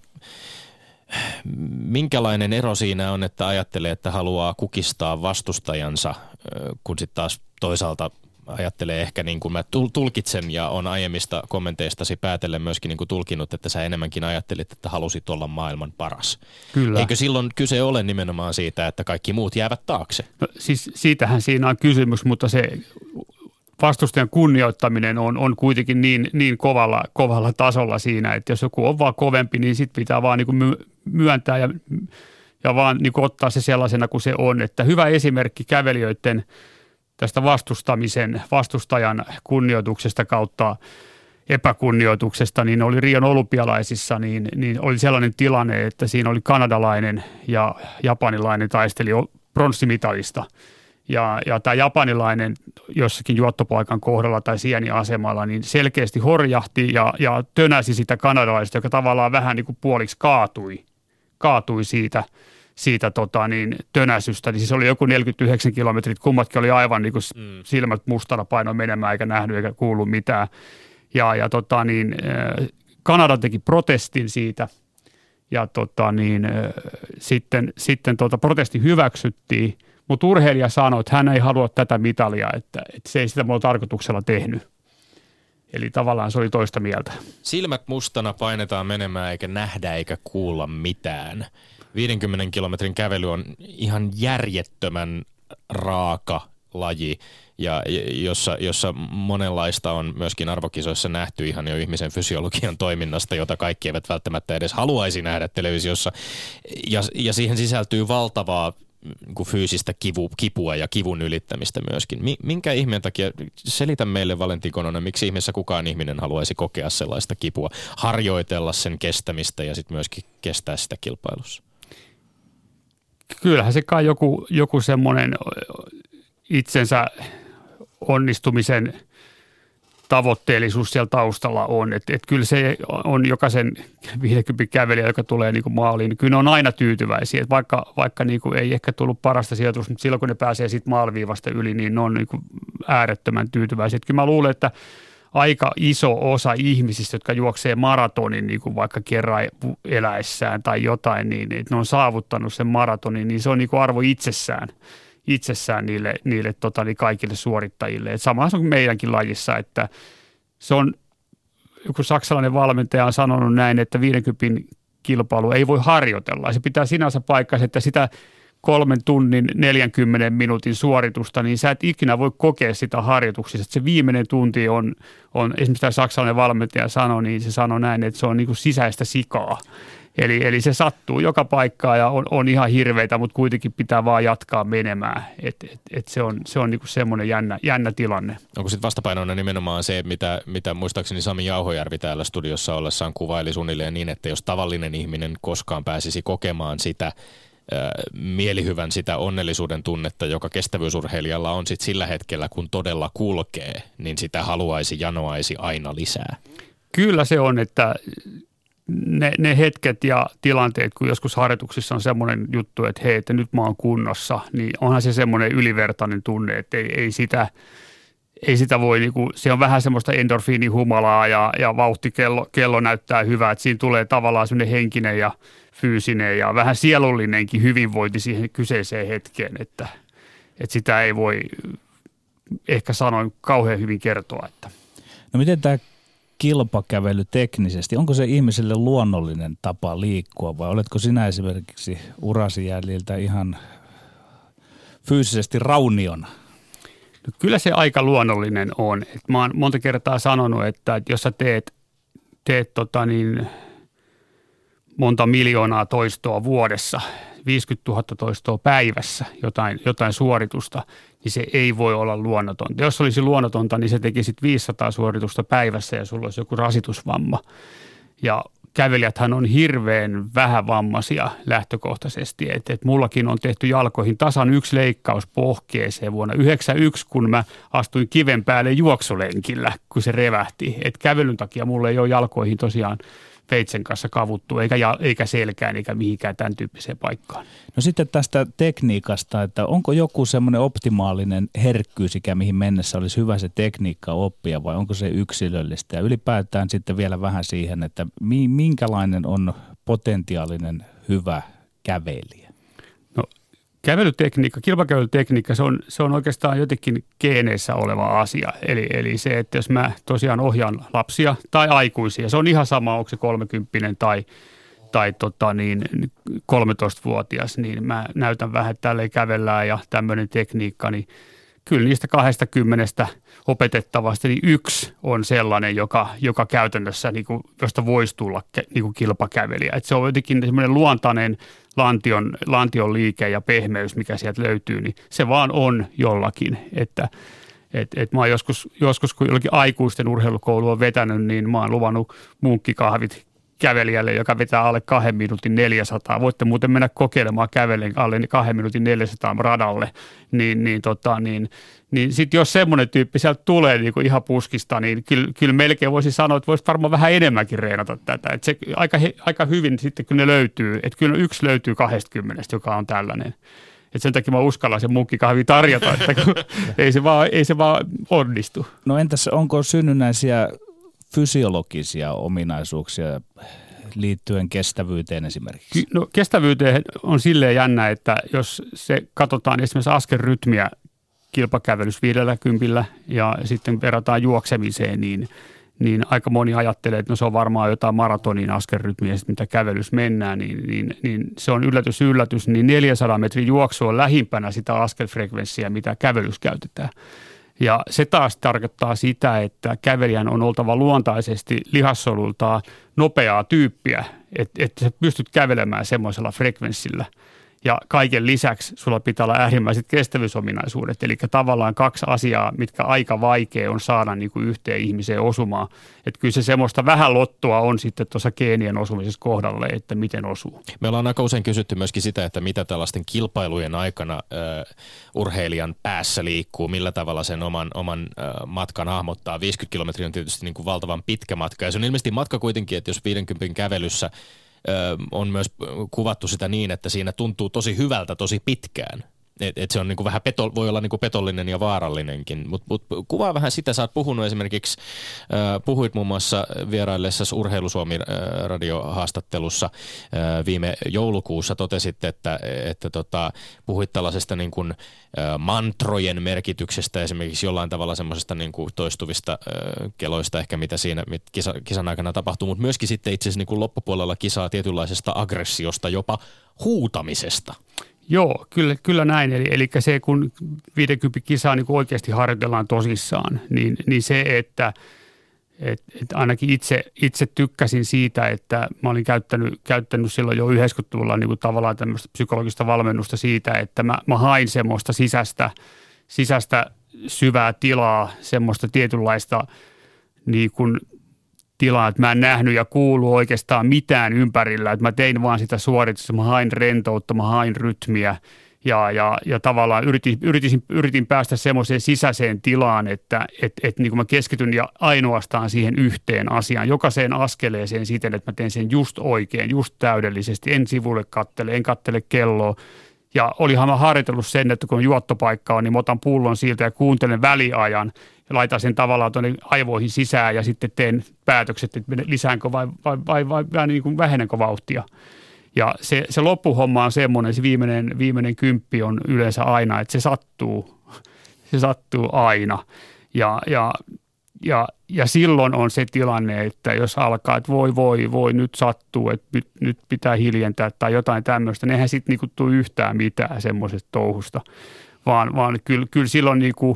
minkälainen ero siinä on, että ajattelee, että haluaa kukistaa vastustajansa, kun sitten taas toisaalta ajattelee ehkä niin kuin mä tulkitsen ja on aiemmista kommenteistasi päätellen myöskin niin kuin tulkinut, että sä enemmänkin ajattelit, että halusit olla maailman paras. Kyllä. Eikö silloin kyse ole nimenomaan siitä, että kaikki muut jäävät taakse? No, siis siitähän siinä on kysymys, mutta se vastustajan kunnioittaminen on, on kuitenkin niin, niin kovalla, kovalla tasolla siinä, että jos joku on vaan kovempi, niin sitten pitää vaan niin kuin myöntää ja, ja vaan niin kuin ottaa se sellaisena kuin se on. Että hyvä esimerkki kävelijöiden tästä vastustamisen, vastustajan kunnioituksesta kautta epäkunnioituksesta, niin oli Rion olympialaisissa, niin, niin oli sellainen tilanne, että siinä oli kanadalainen ja japanilainen taisteli pronssimitalista. Ja, ja tämä japanilainen jossakin juottopaikan kohdalla tai sieniasemalla niin selkeästi horjahti ja, ja tönäsi sitä kanadalaista, joka tavallaan vähän niin kuin puoliksi kaatui, kaatui siitä, siitä tota niin, tönäsystä. Niin siis oli joku neljäkymmentäyhdeksän kilometrit, kummatkin oli aivan niin kuin mm. silmät mustana paino menemään eikä nähnyt eikä kuullut mitään. Ja, ja tota niin, Kanada teki protestin siitä ja tota niin, sitten, sitten tota protesti hyväksyttiin. Mutta urheilija sanoi, että hän ei halua tätä mitalia, että, että se ei sitä mulla tarkoituksella tehnyt. Eli tavallaan se oli toista mieltä. Silmät mustana painetaan menemään eikä nähdä eikä kuulla mitään. viidenkymmenen kilometrin kävely on ihan järjettömän raaka laji, ja jossa, jossa monenlaista on myöskin arvokisoissa nähty ihan jo ihmisen fysiologian toiminnasta, jota kaikki eivät välttämättä edes haluaisi nähdä televisiossa. Ja, ja siihen sisältyy valtavaa niin fyysistä kivu, kipua ja kivun ylittämistä myöskin. Minkä ihmeen takia, selitä meille Valentin Kononen, miksi ihmeessä kukaan ihminen haluaisi kokea sellaista kipua, harjoitella sen kestämistä ja sitten myöskin kestää sitä kilpailussa? Kyllähän se kai joku, joku semmoinen itsensä onnistumisen tavoitteellisuus siellä taustalla on. Että et kyllä se on jokaisen viidenkymmenen kävelijä, joka tulee niin kuin maaliin, niin kyllä ne on aina tyytyväisiä. Et vaikka vaikka niin kuin ei ehkä tullut parasta sijoitusta, mutta silloin kun ne pääsee siitä maaliviivasta yli, niin ne on niin kuin äärettömän tyytyväisiä. Et kyllä mä luulen, että aika iso osa ihmisistä, jotka juoksee maratonin niin kuin vaikka kerran eläessään tai jotain, niin että ne on saavuttanut sen maratonin, niin se on niin kuin arvo itsessään. itsessään niille, niille tota, niin kaikille suorittajille. Et sama on kuin meidänkin lajissa, että se on, joku saksalainen valmentaja on sanonut näin, että viidenkymmenen kilpailu ei voi harjoitella. Se pitää sinänsä paikkansa, että sitä kolmen tunnin neljänkymmenen minuutin suoritusta, niin sä et ikinä voi kokea sitä harjoituksissa. Että se viimeinen tunti on, on esimerkiksi tämä saksalainen valmentaja sanoi, niin se sanoi näin, että se on niin kuin sisäistä sikaa. Eli, eli se sattuu joka paikkaan ja on, on ihan hirveitä, mutta kuitenkin pitää vaan jatkaa menemään. Et, et, et se on, se on niinku semmoinen jännä, jännä tilanne. Onko sitten vastapainona nimenomaan se, mitä, mitä muistaakseni Sami Jauhojärvi täällä studiossa ollessaan kuvaili suunnilleen niin, että jos tavallinen ihminen koskaan pääsisi kokemaan sitä äh, mielihyvän, sitä onnellisuuden tunnetta, joka kestävyysurheilijalla on sit sillä hetkellä, kun todella kulkee, niin sitä haluaisi, janoaisi aina lisää. Kyllä se on, että Ne, ne hetket ja tilanteet, kun joskus harjoituksissa on semmoinen juttu, että hei, että nyt mä oon kunnossa, niin onhan se semmoinen ylivertainen tunne, että ei, ei, sitä, ei sitä voi, niin kuin, se on vähän semmoista endorfiinihumalaa ja, ja vauhtikello kello näyttää hyvää, että siinä tulee tavallaan semmoinen henkinen ja fyysinen ja vähän sielullinenkin hyvinvointi siihen kyseiseen hetkeen, että, että sitä ei voi ehkä sanoin kauhean hyvin kertoa. Että. No miten tämä kilpakävely teknisesti, onko se ihmiselle luonnollinen tapa liikkua vai oletko sinä esimerkiksi urasi jäljiltä ihan fyysisesti rauniona? No kyllä se aika luonnollinen on. Et mä oon monta kertaa sanonut, että, että jos sä teet, teet tota niin, monta miljoonaa toistoa vuodessa, viisikymmentätuhatta toistoa päivässä, jotain, jotain suoritusta, niin se ei voi olla luonnotonta. Jos olisi luonnotonta, niin se tekisit viisisataa suoritusta päivässä ja sulla olisi joku rasitusvamma. Ja kävelijäthän on hirveän vähävammaisia lähtökohtaisesti. Et, et mullakin on tehty jalkoihin tasan yksi leikkaus pohkeeseen vuonna yhdeksänkymmentäyksi, kun mä astuin kiven päälle juoksulenkillä, kun se revähti. Et kävelyn takia mulla ei ole jalkoihin tosiaan veitsen kanssa kavuttu, eikä, eikä selkään, eikä mihinkään tämän tyyppiseen paikkaan. No sitten tästä tekniikasta, että onko joku semmoinen optimaalinen herkkyysikä, mihin mennessä olisi hyvä se tekniikka oppia, vai onko se yksilöllistä? Ja ylipäätään sitten vielä vähän siihen, että minkälainen on potentiaalinen hyvä kävelijä? No kävelytekniikka, kilpakävelytekniikka, se on, se on oikeastaan jotenkin geeneissä oleva asia. Eli, eli se, että jos mä tosiaan ohjaan lapsia tai aikuisia, se on ihan sama, onko se kolmekymppinen tai, tai tota niin, kolmetoistavuotias, niin mä näytän vähän, että tälleen kävellään ja tämmöinen tekniikka, niin kyllä niistä kahdestakymmenestä opetettavasta, niin yksi on sellainen, joka, joka käytännössä, niin kuin, josta voisi tulla niin kuin kilpakävelijä. Et se on jotenkin semmoinen luontainen lantion, lantion liike ja pehmeys, mikä sieltä löytyy, niin se vaan on jollakin. Että et, et mä oon joskus, joskus, kun jollakin aikuisten urheilukoulu on vetänyt, niin mä oon luvannut munkkikahvit kävelijälle, joka vetää alle kahden minuutin neljäsataa. Voitte muuten mennä kokeilemaan kävellen alle kahden minuutin neljäsataa radalle. Niin, niin, tota, niin, niin sitten jos semmoinen tyyppi sieltä tulee niin kuin ihan puskista, niin kyllä, kyllä melkein voisi sanoa, että voisi varmaan vähän enemmänkin reenata tätä. Et se aika, aika hyvin sitten kun ne löytyy, että kyllä yksi löytyy kaksikymmentä, joka on tällainen. Et sen takia mä uskallan sen munkkikahvi tarjota, että ei, se vaan, ei se vaan onnistu. No entäs onko synnynnäisiä fysiologisia ominaisuuksia liittyen kestävyyteen esimerkiksi? No kestävyyteen on silleen jännä, että jos se katsotaan esimerkiksi askelrytmiä kilpakävelys viidelläkympillä ja sitten verrataan juoksemiseen, niin, niin aika moni ajattelee, että no se on varmaan jotain maratonin askelrytmiä, mitä kävelys mennään, niin, niin, niin se on yllätys yllätys, niin neljänsadan metrin juoksu on lähimpänä sitä askelfrekvenssiä, mitä kävelys käytetään. Ja se taas tarkoittaa sitä, että kävelijän on oltava luontaisesti lihassolultaan nopeaa tyyppiä, että, että sä pystyt kävelemään semmoisella frekvenssillä. Ja kaiken lisäksi sulla pitää olla äärimmäiset kestävyysominaisuudet, eli tavallaan kaksi asiaa, mitkä aika vaikea on saada niin kuin yhteen ihmiseen osumaan. Että kyllä se semmoista vähän lottoa on sitten tuossa geenien osumisessa kohdalle, että miten osuu. Me ollaan aika usein kysytty myöskin sitä, että mitä tällaisten kilpailujen aikana äh, urheilijan päässä liikkuu, millä tavalla sen oman, oman äh, matkan hahmottaa. viisikymmentä kilometriä on tietysti niin kuin valtavan pitkä matka, ja se on ilmeisesti matka kuitenkin, että jos viidenkymmenen kävelyssä on myös kuvattu sitä niin, että siinä tuntuu tosi hyvältä tosi pitkään. Et, et se on niinku vähän peto, voi olla niinku petollinen ja vaarallinenkin, mutta mut, kuvaa vähän sitä. Sä oot puhunut esimerkiksi, äh, puhuit muun muassa vieraillessasi Urheilu Suomi-radiohaastattelussa äh, viime joulukuussa, totesit, että, että tota, puhuit tällaisesta niinku, äh, mantrojen merkityksestä, esimerkiksi jollain tavalla semmoisesta niinku toistuvista äh, keloista ehkä, mitä siinä mit kisa, kisan aikana tapahtuu, mutta myöskin sitten itse asiassa niinku loppupuolella kisaa tietynlaisesta aggressiosta, jopa huutamisesta. Joo, kyllä, kyllä näin. Eli, eli se, kun viidenkymmenen kisaa niin oikeasti harjoitellaan tosissaan, niin, niin se, että et, et ainakin itse, itse tykkäsin siitä, että mä olin käyttänyt, käyttänyt silloin jo yhdeksänkymmentäluvulla niin kuin tavallaan tämmöistä psykologista valmennusta siitä, että mä, mä hain semmoista sisäistä, sisäistä syvää tilaa, semmoista tietynlaista niin kuin tilaa, että mä en nähnyt ja kuulu oikeastaan mitään ympärillä, että mä tein vaan sitä suoritusta, mä hain rentoutta, mä hain rytmiä ja, ja, ja tavallaan yritin, yritin, yritin päästä semmoiseen sisäiseen tilaan, että et, et, niin kuin mä keskityn ja ainoastaan siihen yhteen asiaan, jokaiseen askeleeseen siten, että mä teen sen just oikein, just täydellisesti, en sivulle kattele, en kattele kelloa. Ja olihan mä harjoitellut sen, että kun juottopaikka on, niin mä otan pullon siltä ja kuuntelen väliajan ja laitan sen tavallaan tuonne aivoihin sisään ja sitten teen päätökset, että lisäänkö vai, vai, vai, vai, vai niin kuin vähenenkö vauhtia. Ja se, se loppuhomma on semmoinen, se viimeinen, viimeinen kymppi on yleensä aina, että se sattuu, se sattuu aina. Ja, ja, ja, ja silloin on se tilanne, että jos alkaa, että voi, voi, voi, nyt sattuu, että nyt, nyt pitää hiljentää tai jotain tämmöistä, niin eihän sitten niinku tule yhtään mitään semmoisesta touhusta, vaan, vaan kyllä, kyllä silloin niinku,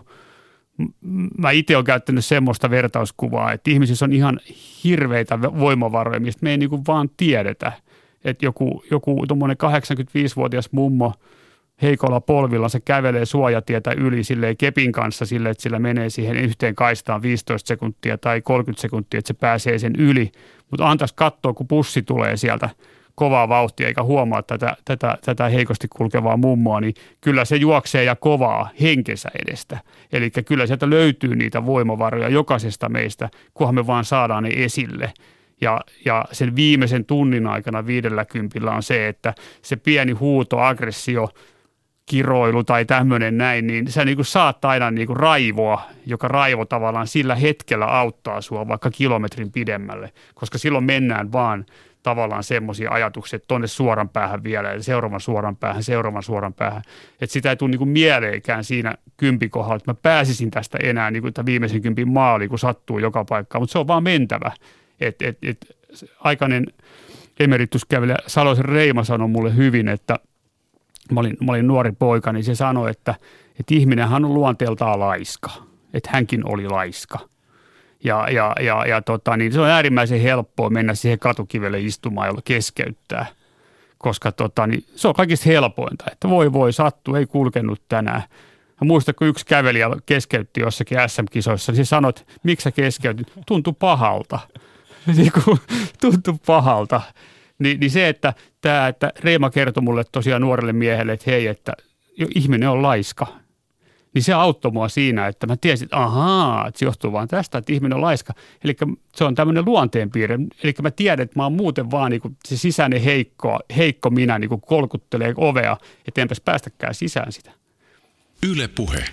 mä itse olen käyttänyt semmoista vertauskuvaa, että ihmisissä on ihan hirveitä voimavaroja, mistä me ei niinku vaan tiedetä, että joku, joku tuommoinen kahdeksankymmentäviisivuotias mummo heikolla polvilla se kävelee suojatietä yli silleen kepin kanssa sille, että sillä menee siihen yhteen kaistaan viisitoista sekuntia tai kolmekymmentä sekuntia, että se pääsee sen yli. Mutta antaisi katsoa, kun bussi tulee sieltä kovaa vauhtia eikä huomaa tätä, tätä, tätä heikosti kulkevaa mummoa, niin kyllä se juoksee ja kovaa henkensä edestä. Eli kyllä sieltä löytyy niitä voimavaroja jokaisesta meistä, kunhan me vaan saadaan ne esille. Ja, ja sen viimeisen tunnin aikana viidellä kympillä on se, että se pieni huuto, aggressio, kiroilu tai tämmöinen näin, niin sä niin kuin saat aina niin kuin raivoa, joka raivo tavallaan sillä hetkellä auttaa sua vaikka kilometrin pidemmälle, koska silloin mennään vaan tavallaan semmoisia ajatuksia, että tuonne suoran päähän vielä ja seuraavan suoran päähän, seuraavan suoran päähän. Että sitä ei tule niin kuin mieleenkään siinä kympin kohdalla, että mä pääsisin tästä enää niin kuin viimeisen kympin maaliin, kun sattuu joka paikkaan, mutta se on vaan mentävä. Että et, et, aikainen emerituskävelijä Salosen Reima sanoi mulle hyvin, että Mä olin, mä olin nuori poika, niin se sanoi, että, että ihminenhän on luonteeltaan laiska, että hänkin oli laiska. Ja, ja, ja, ja tota, niin se on äärimmäisen helppoa mennä siihen katukivelle istumaan, jolla keskeyttää, koska tota, niin se on kaikista helpointa, että voi voi sattuu, ei kulkenut tänään. Mä muistan, kun yksi kävelijä keskeytti jossakin äs äm-kisoissa, niin se sanoi, että miksi sä keskeytit, tuntui pahalta. niin kuin tuntui pahalta. Ni, niin se, että, tämä, että Reima kertoi mulle tosiaan nuorelle miehelle, että hei, että ihminen on laiska. Niin se auttoi mua siinä, että mä tiesin, että ahaa, että se johtuu vaan tästä, että ihminen on laiska. Eli se on tämmöinen luonteenpiirre. Eli mä tiedän, että mä oon muuten vaan niin kuin se sisäinen heikko, heikko minä niin kuin kolkuttelee ovea, että enpäs päästäkään sisään sitä. Yle Puhe.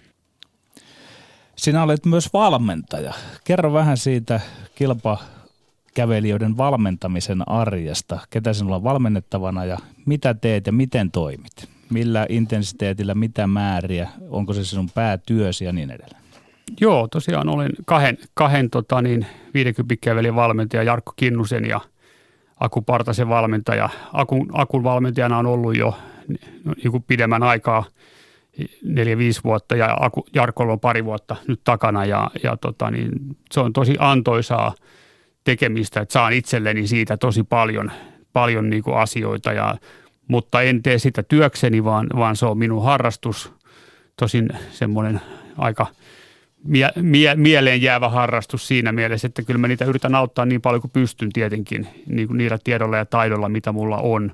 Sinä olet myös valmentaja. Kerro vähän siitä kilpakävelijöiden valmentamisen arjesta. Ketä sinulla on valmennettavana ja mitä teet ja miten toimit? Millä intensiteetillä, mitä määriä, onko se sinun päätyösi ja niin edelleen? Joo, tosiaan olen kahden, kahden tota niin, viidenkymmenen kävelijän valmentaja Jarkko Kinnusen ja Aku Partasen valmentaja. Akun, Akun valmentajana on ollut jo niin kuin pidemmän aikaa, neljä, viisi vuotta ja Aku, Jarkolla on pari vuotta nyt takana ja, ja tota niin, se on tosi antoisaa tekemistä, että saan itselleni siitä tosi paljon, paljon niin kuin asioita ja mutta en tee sitä työkseni, vaan, vaan se on minun harrastus, tosin semmoinen aika mie, mie, mieleen jäävä harrastus siinä mielessä, että kyllä mä niitä yritän auttaa niin paljon kuin pystyn tietenkin niin kuin niillä tiedolla ja taidolla, mitä mulla on.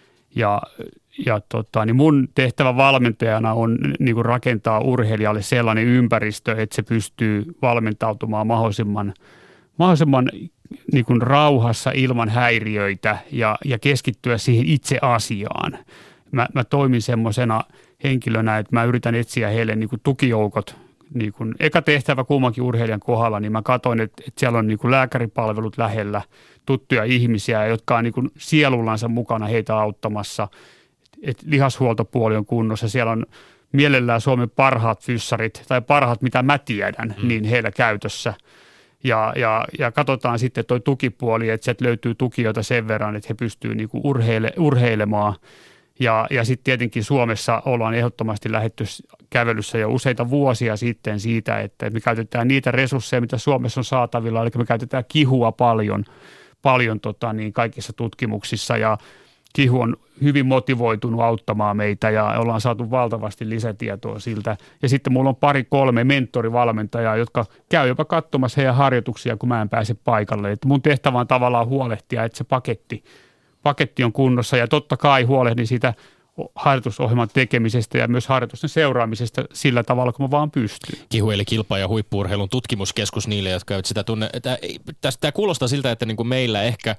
Ja, ja tota, niin mun tehtävä valmentajana on niin kuin rakentaa urheilijalle sellainen ympäristö, että se pystyy valmentautumaan mahdollisimman, mahdollisimman niin kuin rauhassa ilman häiriöitä ja, ja keskittyä siihen itse asiaan. Mä, mä toimin semmoisena henkilönä, että mä yritän etsiä heille niin kuin tukijoukot. Niin kuin eka tehtävä kummankin urheilijan kohdalla, niin mä katsoin, että, että siellä on niin kuin lääkäripalvelut lähellä, tuttuja ihmisiä, jotka on niin kuin sielullansa mukana heitä auttamassa. Että lihashuoltopuoli on kunnossa. Siellä on mielellään Suomen parhaat fyssarit tai parhaat, mitä mä tiedän, mm. niin heillä käytössä. Ja, ja, ja katsotaan sitten tuo tukipuoli, että sieltä löytyy tukijoita sen verran, että he pystyvät niinku urheile, urheilemaan. Ja, ja sitten tietenkin Suomessa ollaan ehdottomasti lähdetty kävelyssä jo useita vuosia sitten siitä, että me käytetään niitä resursseja, mitä Suomessa on saatavilla. Eli me käytetään kihua paljon, paljon tota niin, kaikissa tutkimuksissa ja Kihu on hyvin motivoitunut auttamaan meitä ja ollaan saatu valtavasti lisätietoa siltä. Ja sitten mulla on pari kolme mentorivalmentajaa, jotka käy jopa katsomassa heidän harjoituksia, kun mä en pääse paikalle. Että mun tehtävä on tavallaan huolehtia, että se paketti, paketti on kunnossa ja totta kai huolehdin siitä harjoitusohjelman tekemisestä ja myös harjoitusten seuraamisesta sillä tavalla, kun mä vaan pystyn. Kihu eli kilpa- ja huippu-urheilun tutkimuskeskus niille, jotka eivät sitä tunne. Tämä kuulostaa siltä, että niin kuin meillä ehkä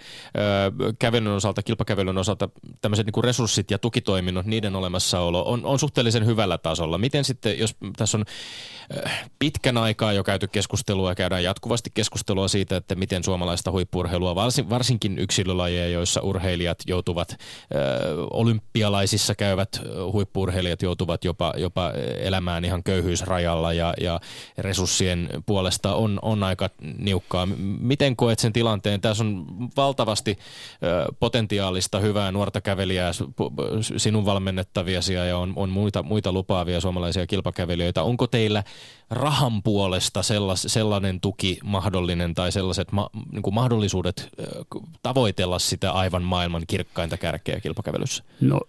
ö, kävelyn osalta, kilpakävelyn osalta tämmöiset niin kuin resurssit ja tukitoiminnot, niiden olemassaolo on, on suhteellisen hyvällä tasolla. Miten sitten, jos tässä on ö, pitkän aikaa jo käyty keskustelua ja käydään jatkuvasti keskustelua siitä, että miten suomalaista huippu-urheilua, varsin, varsinkin yksilölajeja, joissa urheilijat joutuvat ö, olympialaisissa käyvät huippu-urheilijat joutuvat jopa, jopa elämään ihan köyhyysrajalla ja, ja resurssien puolesta on, on aika niukkaa. Miten koet sen tilanteen? Tässä on valtavasti ö, potentiaalista hyvää nuorta kävelijää, sinun valmennettaviasi ja on, on muita, muita lupaavia suomalaisia kilpakävelijöitä. Onko teillä rahan puolesta sellas, sellainen tuki mahdollinen tai sellaiset ma, niin kuin mahdollisuudet ö, tavoitella sitä aivan maailman kirkkainta kärkeä kilpakävelyssä? No.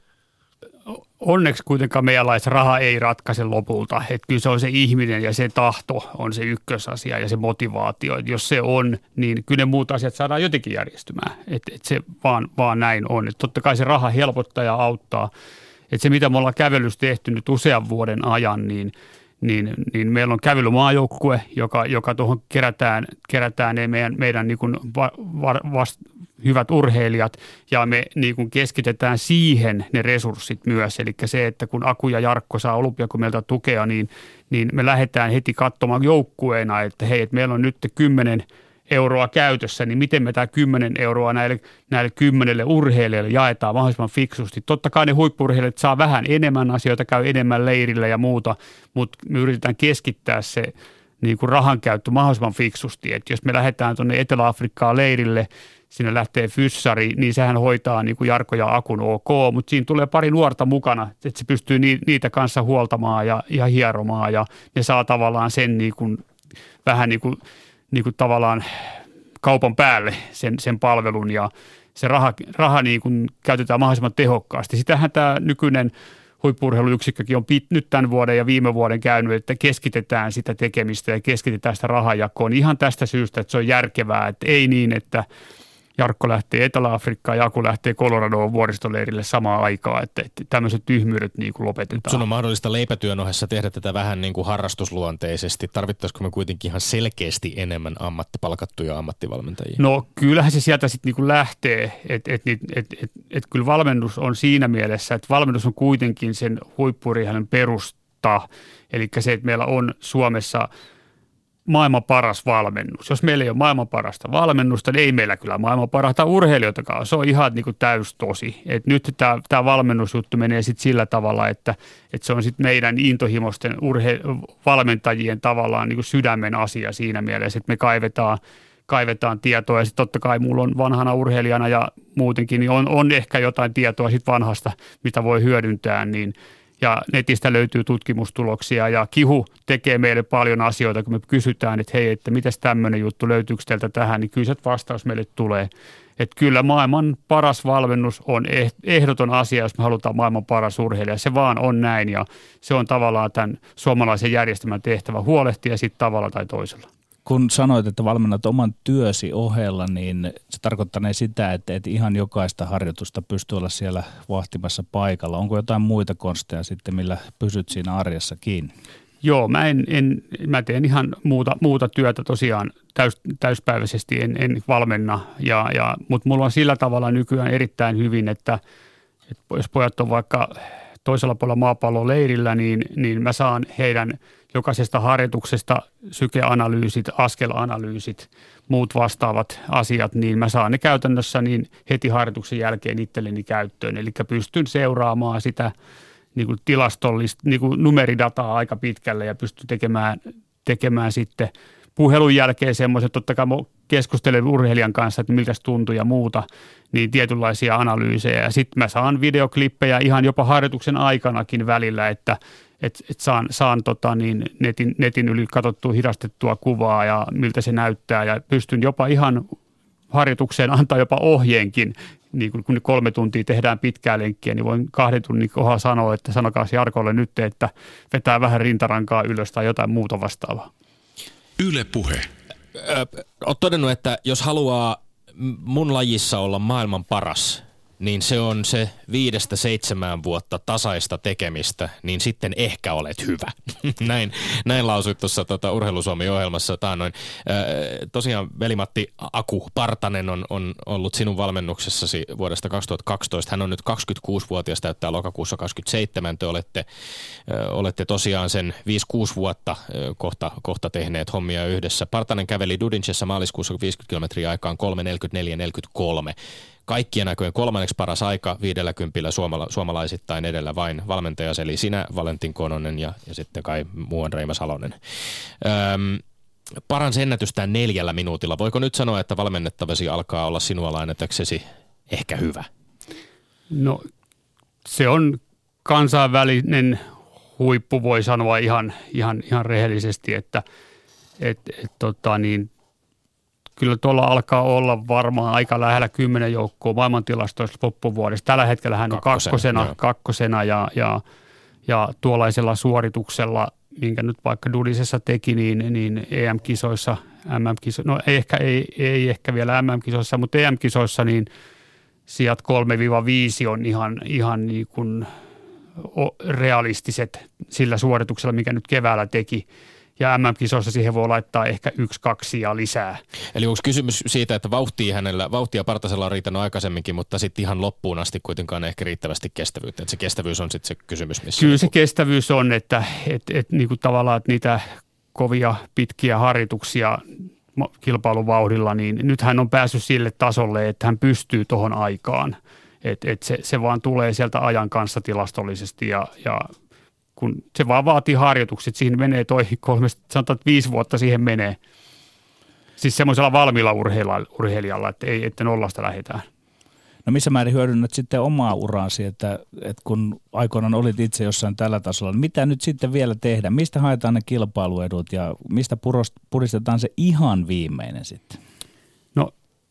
Onneksi kuitenkaan meidän laissa raha ei ratkaise lopulta. Että kyllä se on se ihminen ja se tahto on se ykkösasia ja se motivaatio. Että jos se on, niin kyllä ne muut asiat saadaan jotenkin järjestymään. Että et se vaan, vaan näin on. Että totta kai se raha helpottaa ja auttaa. Että se mitä me ollaan kävelyssä tehty nyt usean vuoden ajan, niin, niin, niin meillä on kävelymaajoukkue, joka, joka tuohon kerätään, kerätään ne meidän, meidän niin kuin va, va, vast, hyvät urheilijat ja me niin kuin keskitetään siihen ne resurssit myös. Eli se, että kun Aku ja Jarkko saa olympiakomitealta tukea, niin, niin me lähdetään heti katsomaan joukkueena, että hei, että meillä on nyt kymmenen euroa käytössä, niin miten me tämä kymmenen euroa näille, näille kymmenelle urheilijalle jaetaan mahdollisimman fiksusti. Totta kai ne huippu-urheilijat saa vähän enemmän asioita, käy enemmän leirillä ja muuta, mutta me yritetään keskittää se niin kuin rahan käyttö mahdollisimman fiksusti. Et jos me lähdetään tuonne Etelä-Afrikkaan leirille, sinne lähtee fyssari, niin sehän hoitaa niin kuin Jarkko ja Akun ok, mutta siinä tulee pari nuorta mukana, että se pystyy niitä kanssa huoltamaan ja, ja hieromaan ja ne saa tavallaan sen niin kuin, vähän niin kuin, niin kuin tavallaan kaupan päälle sen, sen palvelun ja se raha, raha niin kuin käytetään mahdollisimman tehokkaasti. Sitähän tämä nykyinen huippu-urheiluyksikkökin on pit, nyt tämän vuoden ja viime vuoden käynyt, että keskitetään sitä tekemistä ja keskitetään sitä rahajakoon ihan tästä syystä, että se on järkevää, että ei niin, että Jarkko lähtee Etelä-Afrikkaan ja Aku lähtee Coloradoon vuoristoleirille samaan aikaan, että, että tämmöiset tyhmyydet niin kuin lopetetaan. Sun on mahdollista leipätyön ohessa tehdä tätä vähän niin kuin harrastusluonteisesti. Tarvittaisiko me kuitenkin ihan selkeästi enemmän ammattipalkattuja ammattivalmentajia? No kyllähän se sieltä sitten niin kuin lähtee, että et, et, et, et, et kyllä valmennus on siinä mielessä, että valmennus on kuitenkin sen huippu-urheilun perusta, eli se, että meillä on Suomessa maailman paras valmennus. Jos meillä ei ole maailman parasta valmennusta, niin ei meillä kyllä maailman parasta urheilijoitakaan. Se on ihan niin kuin täys tosi. Et nyt tämä, tämä valmennusjuttu menee sitten sillä tavalla, että, että se on sitten meidän intohimoisten urhe- valmentajien tavallaan niin kuin sydämen asia siinä mielessä, että me kaivetaan, kaivetaan tietoa. Ja sitten totta kai mulla on vanhana urheilijana ja muutenkin, niin on, on ehkä jotain tietoa sitten vanhasta, mitä voi hyödyntää, niin ja netistä löytyy tutkimustuloksia ja Kihu tekee meille paljon asioita, kun me kysytään, että hei, että mitäs tämmöinen juttu, löytyykö teiltä tähän, niin kyllä se vastaus meille tulee. Että kyllä maailman paras valmennus on ehdoton asia, jos me halutaan maailman paras urheilija. Se vaan on näin ja se on tavallaan tämän suomalaisen järjestelmän tehtävä huolehtia sitten tavalla tai toisella. Kun sanoit, että valmennat oman työsi ohella, niin se tarkoittaa sitä, että et ihan jokaista harjoitusta pystyy olla siellä vahtimassa paikalla. Onko jotain muita konsteja sitten, millä pysyt siinä arjessa kiinni? Joo, mä, en, en, mä teen ihan muuta, muuta työtä tosiaan täys, täyspäiväisesti, en, en valmenna, ja, ja, mutta mulla on sillä tavalla nykyään erittäin hyvin, että, että jos pojat on vaikka toisella puolella maapallon leirillä, niin, niin mä saan heidän jokaisesta harjoituksesta sykeanalyysit, askelanalyysit, muut vastaavat asiat, niin mä saan ne käytännössä niin heti harjoituksen jälkeen itselleni käyttöön. Eli pystyn seuraamaan sitä niin kuin tilastollista niin kuin numeridataa aika pitkälle ja pystyn tekemään, tekemään sitten puhelun jälkeen semmoiset, totta kai keskustelen urheilijan kanssa, että miltä se tuntui ja muuta, niin tietynlaisia analyysejä. Ja sitten mä saan videoklippejä ihan jopa harjoituksen aikanakin välillä, että et, et saan, saan tota niin netin, netin yli katsottua hidastettua kuvaa ja miltä se näyttää. Ja pystyn jopa ihan harjoitukseen antaa jopa ohjeenkin, niin kun kolme tuntia tehdään pitkää lenkkiä, niin voin kahden tunnin kohdalla sanoa, että sanokaa Jarkolle nyt, että vetää vähän rintarankaa ylös tai jotain muuta vastaavaa. Yle Puhe. Olet todennut, että jos haluaa mun lajissa olla maailman paras, niin se on se viidestä seitsemään vuotta tasaista tekemistä, niin sitten ehkä olet hyvä. näin, näin lausuit tuossa tota, Urheilusuomi-ohjelmassa taannoin. Ö, tosiaan Veli-Matti Aku Partanen on, on ollut sinun valmennuksessasi vuodesta kaksituhattakaksitoista. Hän on nyt kaksikymmentäkuusi-vuotias, täyttää lokakuussa kaksikymmentäseitsemän. Te olette, ö, olette tosiaan sen viisi kuusi vuotta ö, kohta, kohta tehneet hommia yhdessä. Partanen käveli Dudinchessa maaliskuussa viisikymmentä kilometriä aikaan kolme neljäkymmentäneljä neljäkymmentäkolme. Kaikkien aikojen kolmanneksi paras aika viidelläkympillä suomala- suomalaisittain edellä vain valmentajas, eli sinä, Valentin Kononen ja, ja sitten kai muuan Reima Salonen. Öm, paransi ennätystään neljällä minuutilla. Voiko nyt sanoa, että valmennettavasi alkaa olla sinua lainatäksesi ehkä hyvä? No se on kansainvälinen huippu, voi sanoa ihan, ihan, ihan rehellisesti, että et, et, tota niin, kyllä tuolla alkaa olla varmaan aika lähellä kymmenen joukkoa maailmantilastoissa loppuvuodesta. Tällä hetkellä hän on kakkosena, kakkosena, kakkosena ja, ja, ja tuollaisella suorituksella, minkä nyt vaikka Dudisessa teki, niin, niin E M-kisoissa, M M-kisoissa, no ei ehkä, ei, ei ehkä vielä M M-kisoissa, mutta E M-kisoissa niin sijat kolme viisi on ihan, ihan niin kuin realistiset sillä suorituksella, mikä nyt keväällä teki. Ja M M-kisoissa siihen voi laittaa ehkä yksi, kaksi ja lisää. Eli onko kysymys siitä, että vauhtia hänellä, vauhtia Partasella on riittänyt aikaisemmin, mutta sitten ihan loppuun asti kuitenkaan ehkä riittävästi kestävyyttä. Että se kestävyys on sitten se kysymys, missä... Kyllä se kestävyys on, että et, et, niin kuin tavallaan että niitä kovia pitkiä harjoituksia kilpailuvauhdilla, niin nyt hän on päässyt sille tasolle, että hän pystyy tuohon aikaan. Että et se, se vaan tulee sieltä ajan kanssa tilastollisesti ja... ja kun se vaan vaatii harjoitukset, siihen menee toi kolme, sanotaan, että viisi vuotta siihen menee. Siis semmoisella valmiilla urheilijalla, että ei, että nollasta lähdetään. No missä määrin hyödynnät sitten omaa uraasi, että, että kun aikoinaan olit itse jossain tällä tasolla, niin mitä nyt sitten vielä tehdä? Mistä haetaan ne kilpailuedut ja mistä puristetaan se ihan viimeinen sitten? No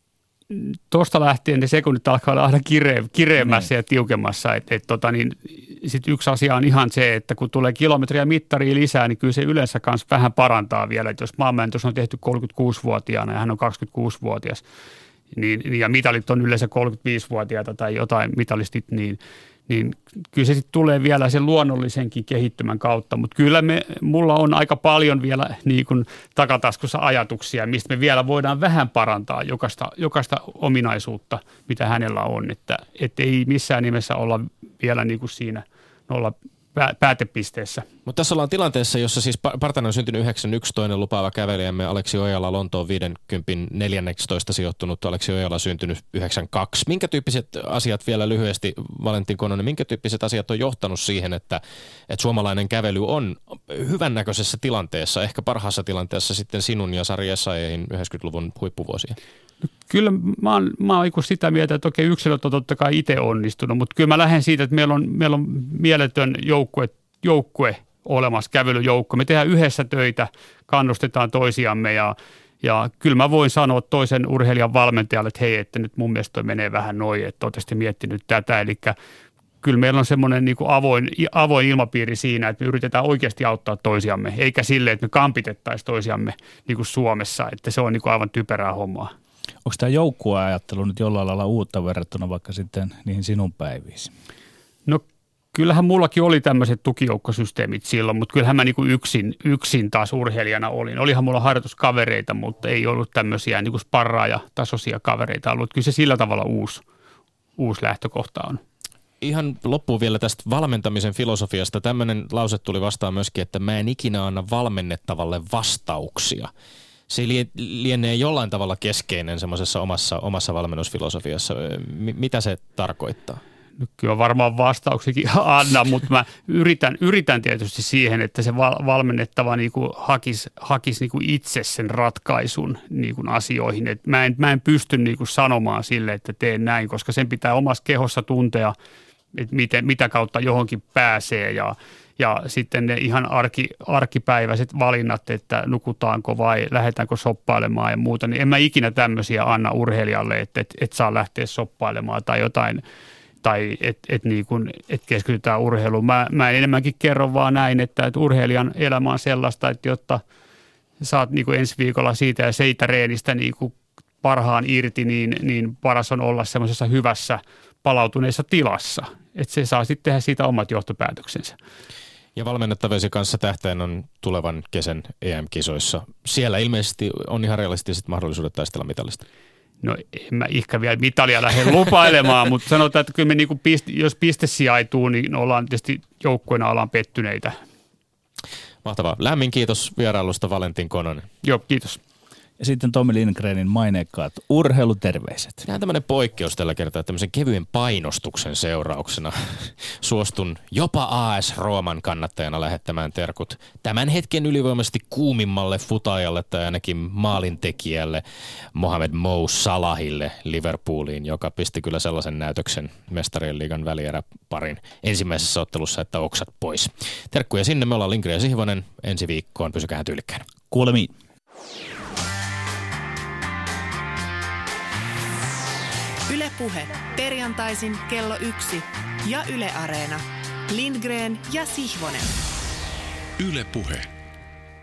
tuosta lähtien ne sekunnit alkaa olla aina kire, kireemmässä ja tiukemmassa. Et, et, tota, niin, sit yksi asia on ihan se, että kun tulee kilometriä mittaria lisää, niin kyllä se yleensä kanssa vähän parantaa vielä. Et jos maanmääritys on tehty kolmekymmentäkuusivuotiaana ja hän on kaksikymmentäkuusivuotias, niin, ja mitalit on yleensä kolmekymmentäviisivuotiaita tai jotain mitalistit, niin niin kyllä se sitten tulee vielä sen luonnollisenkin kehittymän kautta, mutta kyllä me, mulla on aika paljon vielä niin kuin takataskussa ajatuksia, mistä me vielä voidaan vähän parantaa jokaista, jokaista ominaisuutta, mitä hänellä on, että et ei missään nimessä olla vielä niin kuin siinä nolla päätepisteessä. Mutta tässä ollaan tilanteessa, jossa siis Partanen on syntynyt yhdeksänkymmentäyksi, toinen lupaava kävelijämme Aleksi Ojala, Lontoon viisikymmentä neljäntoista sijoittunut Aleksi Ojala syntynyt yhdeksänkymmentäkaksi. Minkä tyyppiset asiat vielä lyhyesti, Valentin Kononen, minkä tyyppiset asiat on johtanut siihen, että, että suomalainen kävely on hyvännäköisessä tilanteessa, ehkä parhaassa tilanteessa sitten sinun ja Sari Essayhin yhdeksänkymmentäluvun huippuvuosia? Kyllä mä oon, mä oon sitä mieltä, että okei, yksilöt on totta kai itse onnistunut, mutta kyllä mä lähden siitä, että meillä on, meillä on mieletön joukkue, joukkue olemassa, kävelyjoukko. Me tehdään yhdessä töitä, kannustetaan toisiamme ja, ja kyllä mä voin sanoa toisen urheilijan valmentajalle, että hei, että nyt mun mielestä toi menee vähän noin, että ootte miettinyt tätä, eli kyllä meillä on semmoinen niin kuin avoin, avoin ilmapiiri siinä, että me yritetään oikeasti auttaa toisiamme, eikä silleen, että me kampitettaisiin toisiamme niin kuin Suomessa, että se on niin kuin aivan typerää hommaa. Onko tämä joukkueajattelu nyt jollain lailla uutta verrattuna vaikka sitten niihin sinun päiviisi? No kyllähän mullakin oli tämmöiset tukijoukkosysteemit silloin, mutta kyllähän mä niin kuin yksin, yksin taas urheilijana olin. Olihan mulla harjoituskavereita, mutta ei ollut tämmöisiä niin kuin sparraaja-tasoisia kavereita ollut. Kyllä se sillä tavalla uusi, uusi lähtökohta on. Ihan loppuun vielä tästä valmentamisen filosofiasta. Tämmöinen lause tuli vastaan myöskin, että mä en ikinä anna valmennettavalle vastauksia. Se lienee jollain tavalla keskeinen semmoisessa omassa, omassa valmennusfilosofiassa. M- mitä se tarkoittaa? No, kyllä varmaan vastauksikin anna, mutta mä yritän, yritän tietysti siihen, että se val- valmennettava niinku hakisi, hakisi niinku itse sen ratkaisun niinku asioihin. Et mä, en, mä en pysty niinku sanomaan sille, että teen näin, koska sen pitää omassa kehossa tuntea, että miten, mitä kautta johonkin pääsee ja Ja sitten ne ihan arki, arkipäiväiset valinnat, että nukutaanko vai lähdetäänkö soppailemaan ja muuta, niin en mä ikinä tämmöisiä anna urheilijalle, että et, et saa lähteä soppailemaan tai jotain, tai että et niin et keskitytään urheiluun. Mä, mä enemmänkin kerron vaan näin, että et urheilijan elämä on sellaista, että jotta saat niin kuin ensi viikolla siitä ja seitä reenistä niin kuin parhaan irti, niin, niin paras on olla semmoisessa hyvässä palautuneessa tilassa, että se saa sitten tehdä siitä omat johtopäätöksensä. Ja valmennettavasi kanssa tähtäin on tulevan kesän E M-kisoissa. Siellä ilmeisesti on ihan realistiset mahdollisuudet taistella mitalista. No en mä ehkä vielä mitalia lähde lupailemaan, mutta sanotaan, että kyllä me niinku piste, jos piste sijaituu, niin ollaan tietysti joukkueena ollaan pettyneitä. Mahtavaa. Lämmin kiitos vierailusta Valentin Kononen. Joo, kiitos. Ja sitten Tommi Lindgrenin maineikkaat urheiluterveiset. Tämä on tämmöinen poikkeus tällä kertaa, tämmöisen kevyen painostuksen seurauksena suostun jopa A S Rooman kannattajana lähettämään terkut tämän hetken ylivoimaisesti kuumimmalle futaajalle tai ainakin maalintekijälle Mohamed Mo Salahille Liverpooliin, joka pisti kyllä sellaisen näytöksen Mestarien liigan välieräparin ensimmäisessä ottelussa, että oksat pois. Terkkuja sinne, me ollaan Lindgren ja Sihvonen. Ensi viikkoon, pysykää tyylikkäin. Kuulemiin. Yle Puhe. Perjantaisin kello yksi ja Yle Areena. Lindgren ja Sihvonen. Yle Puhe.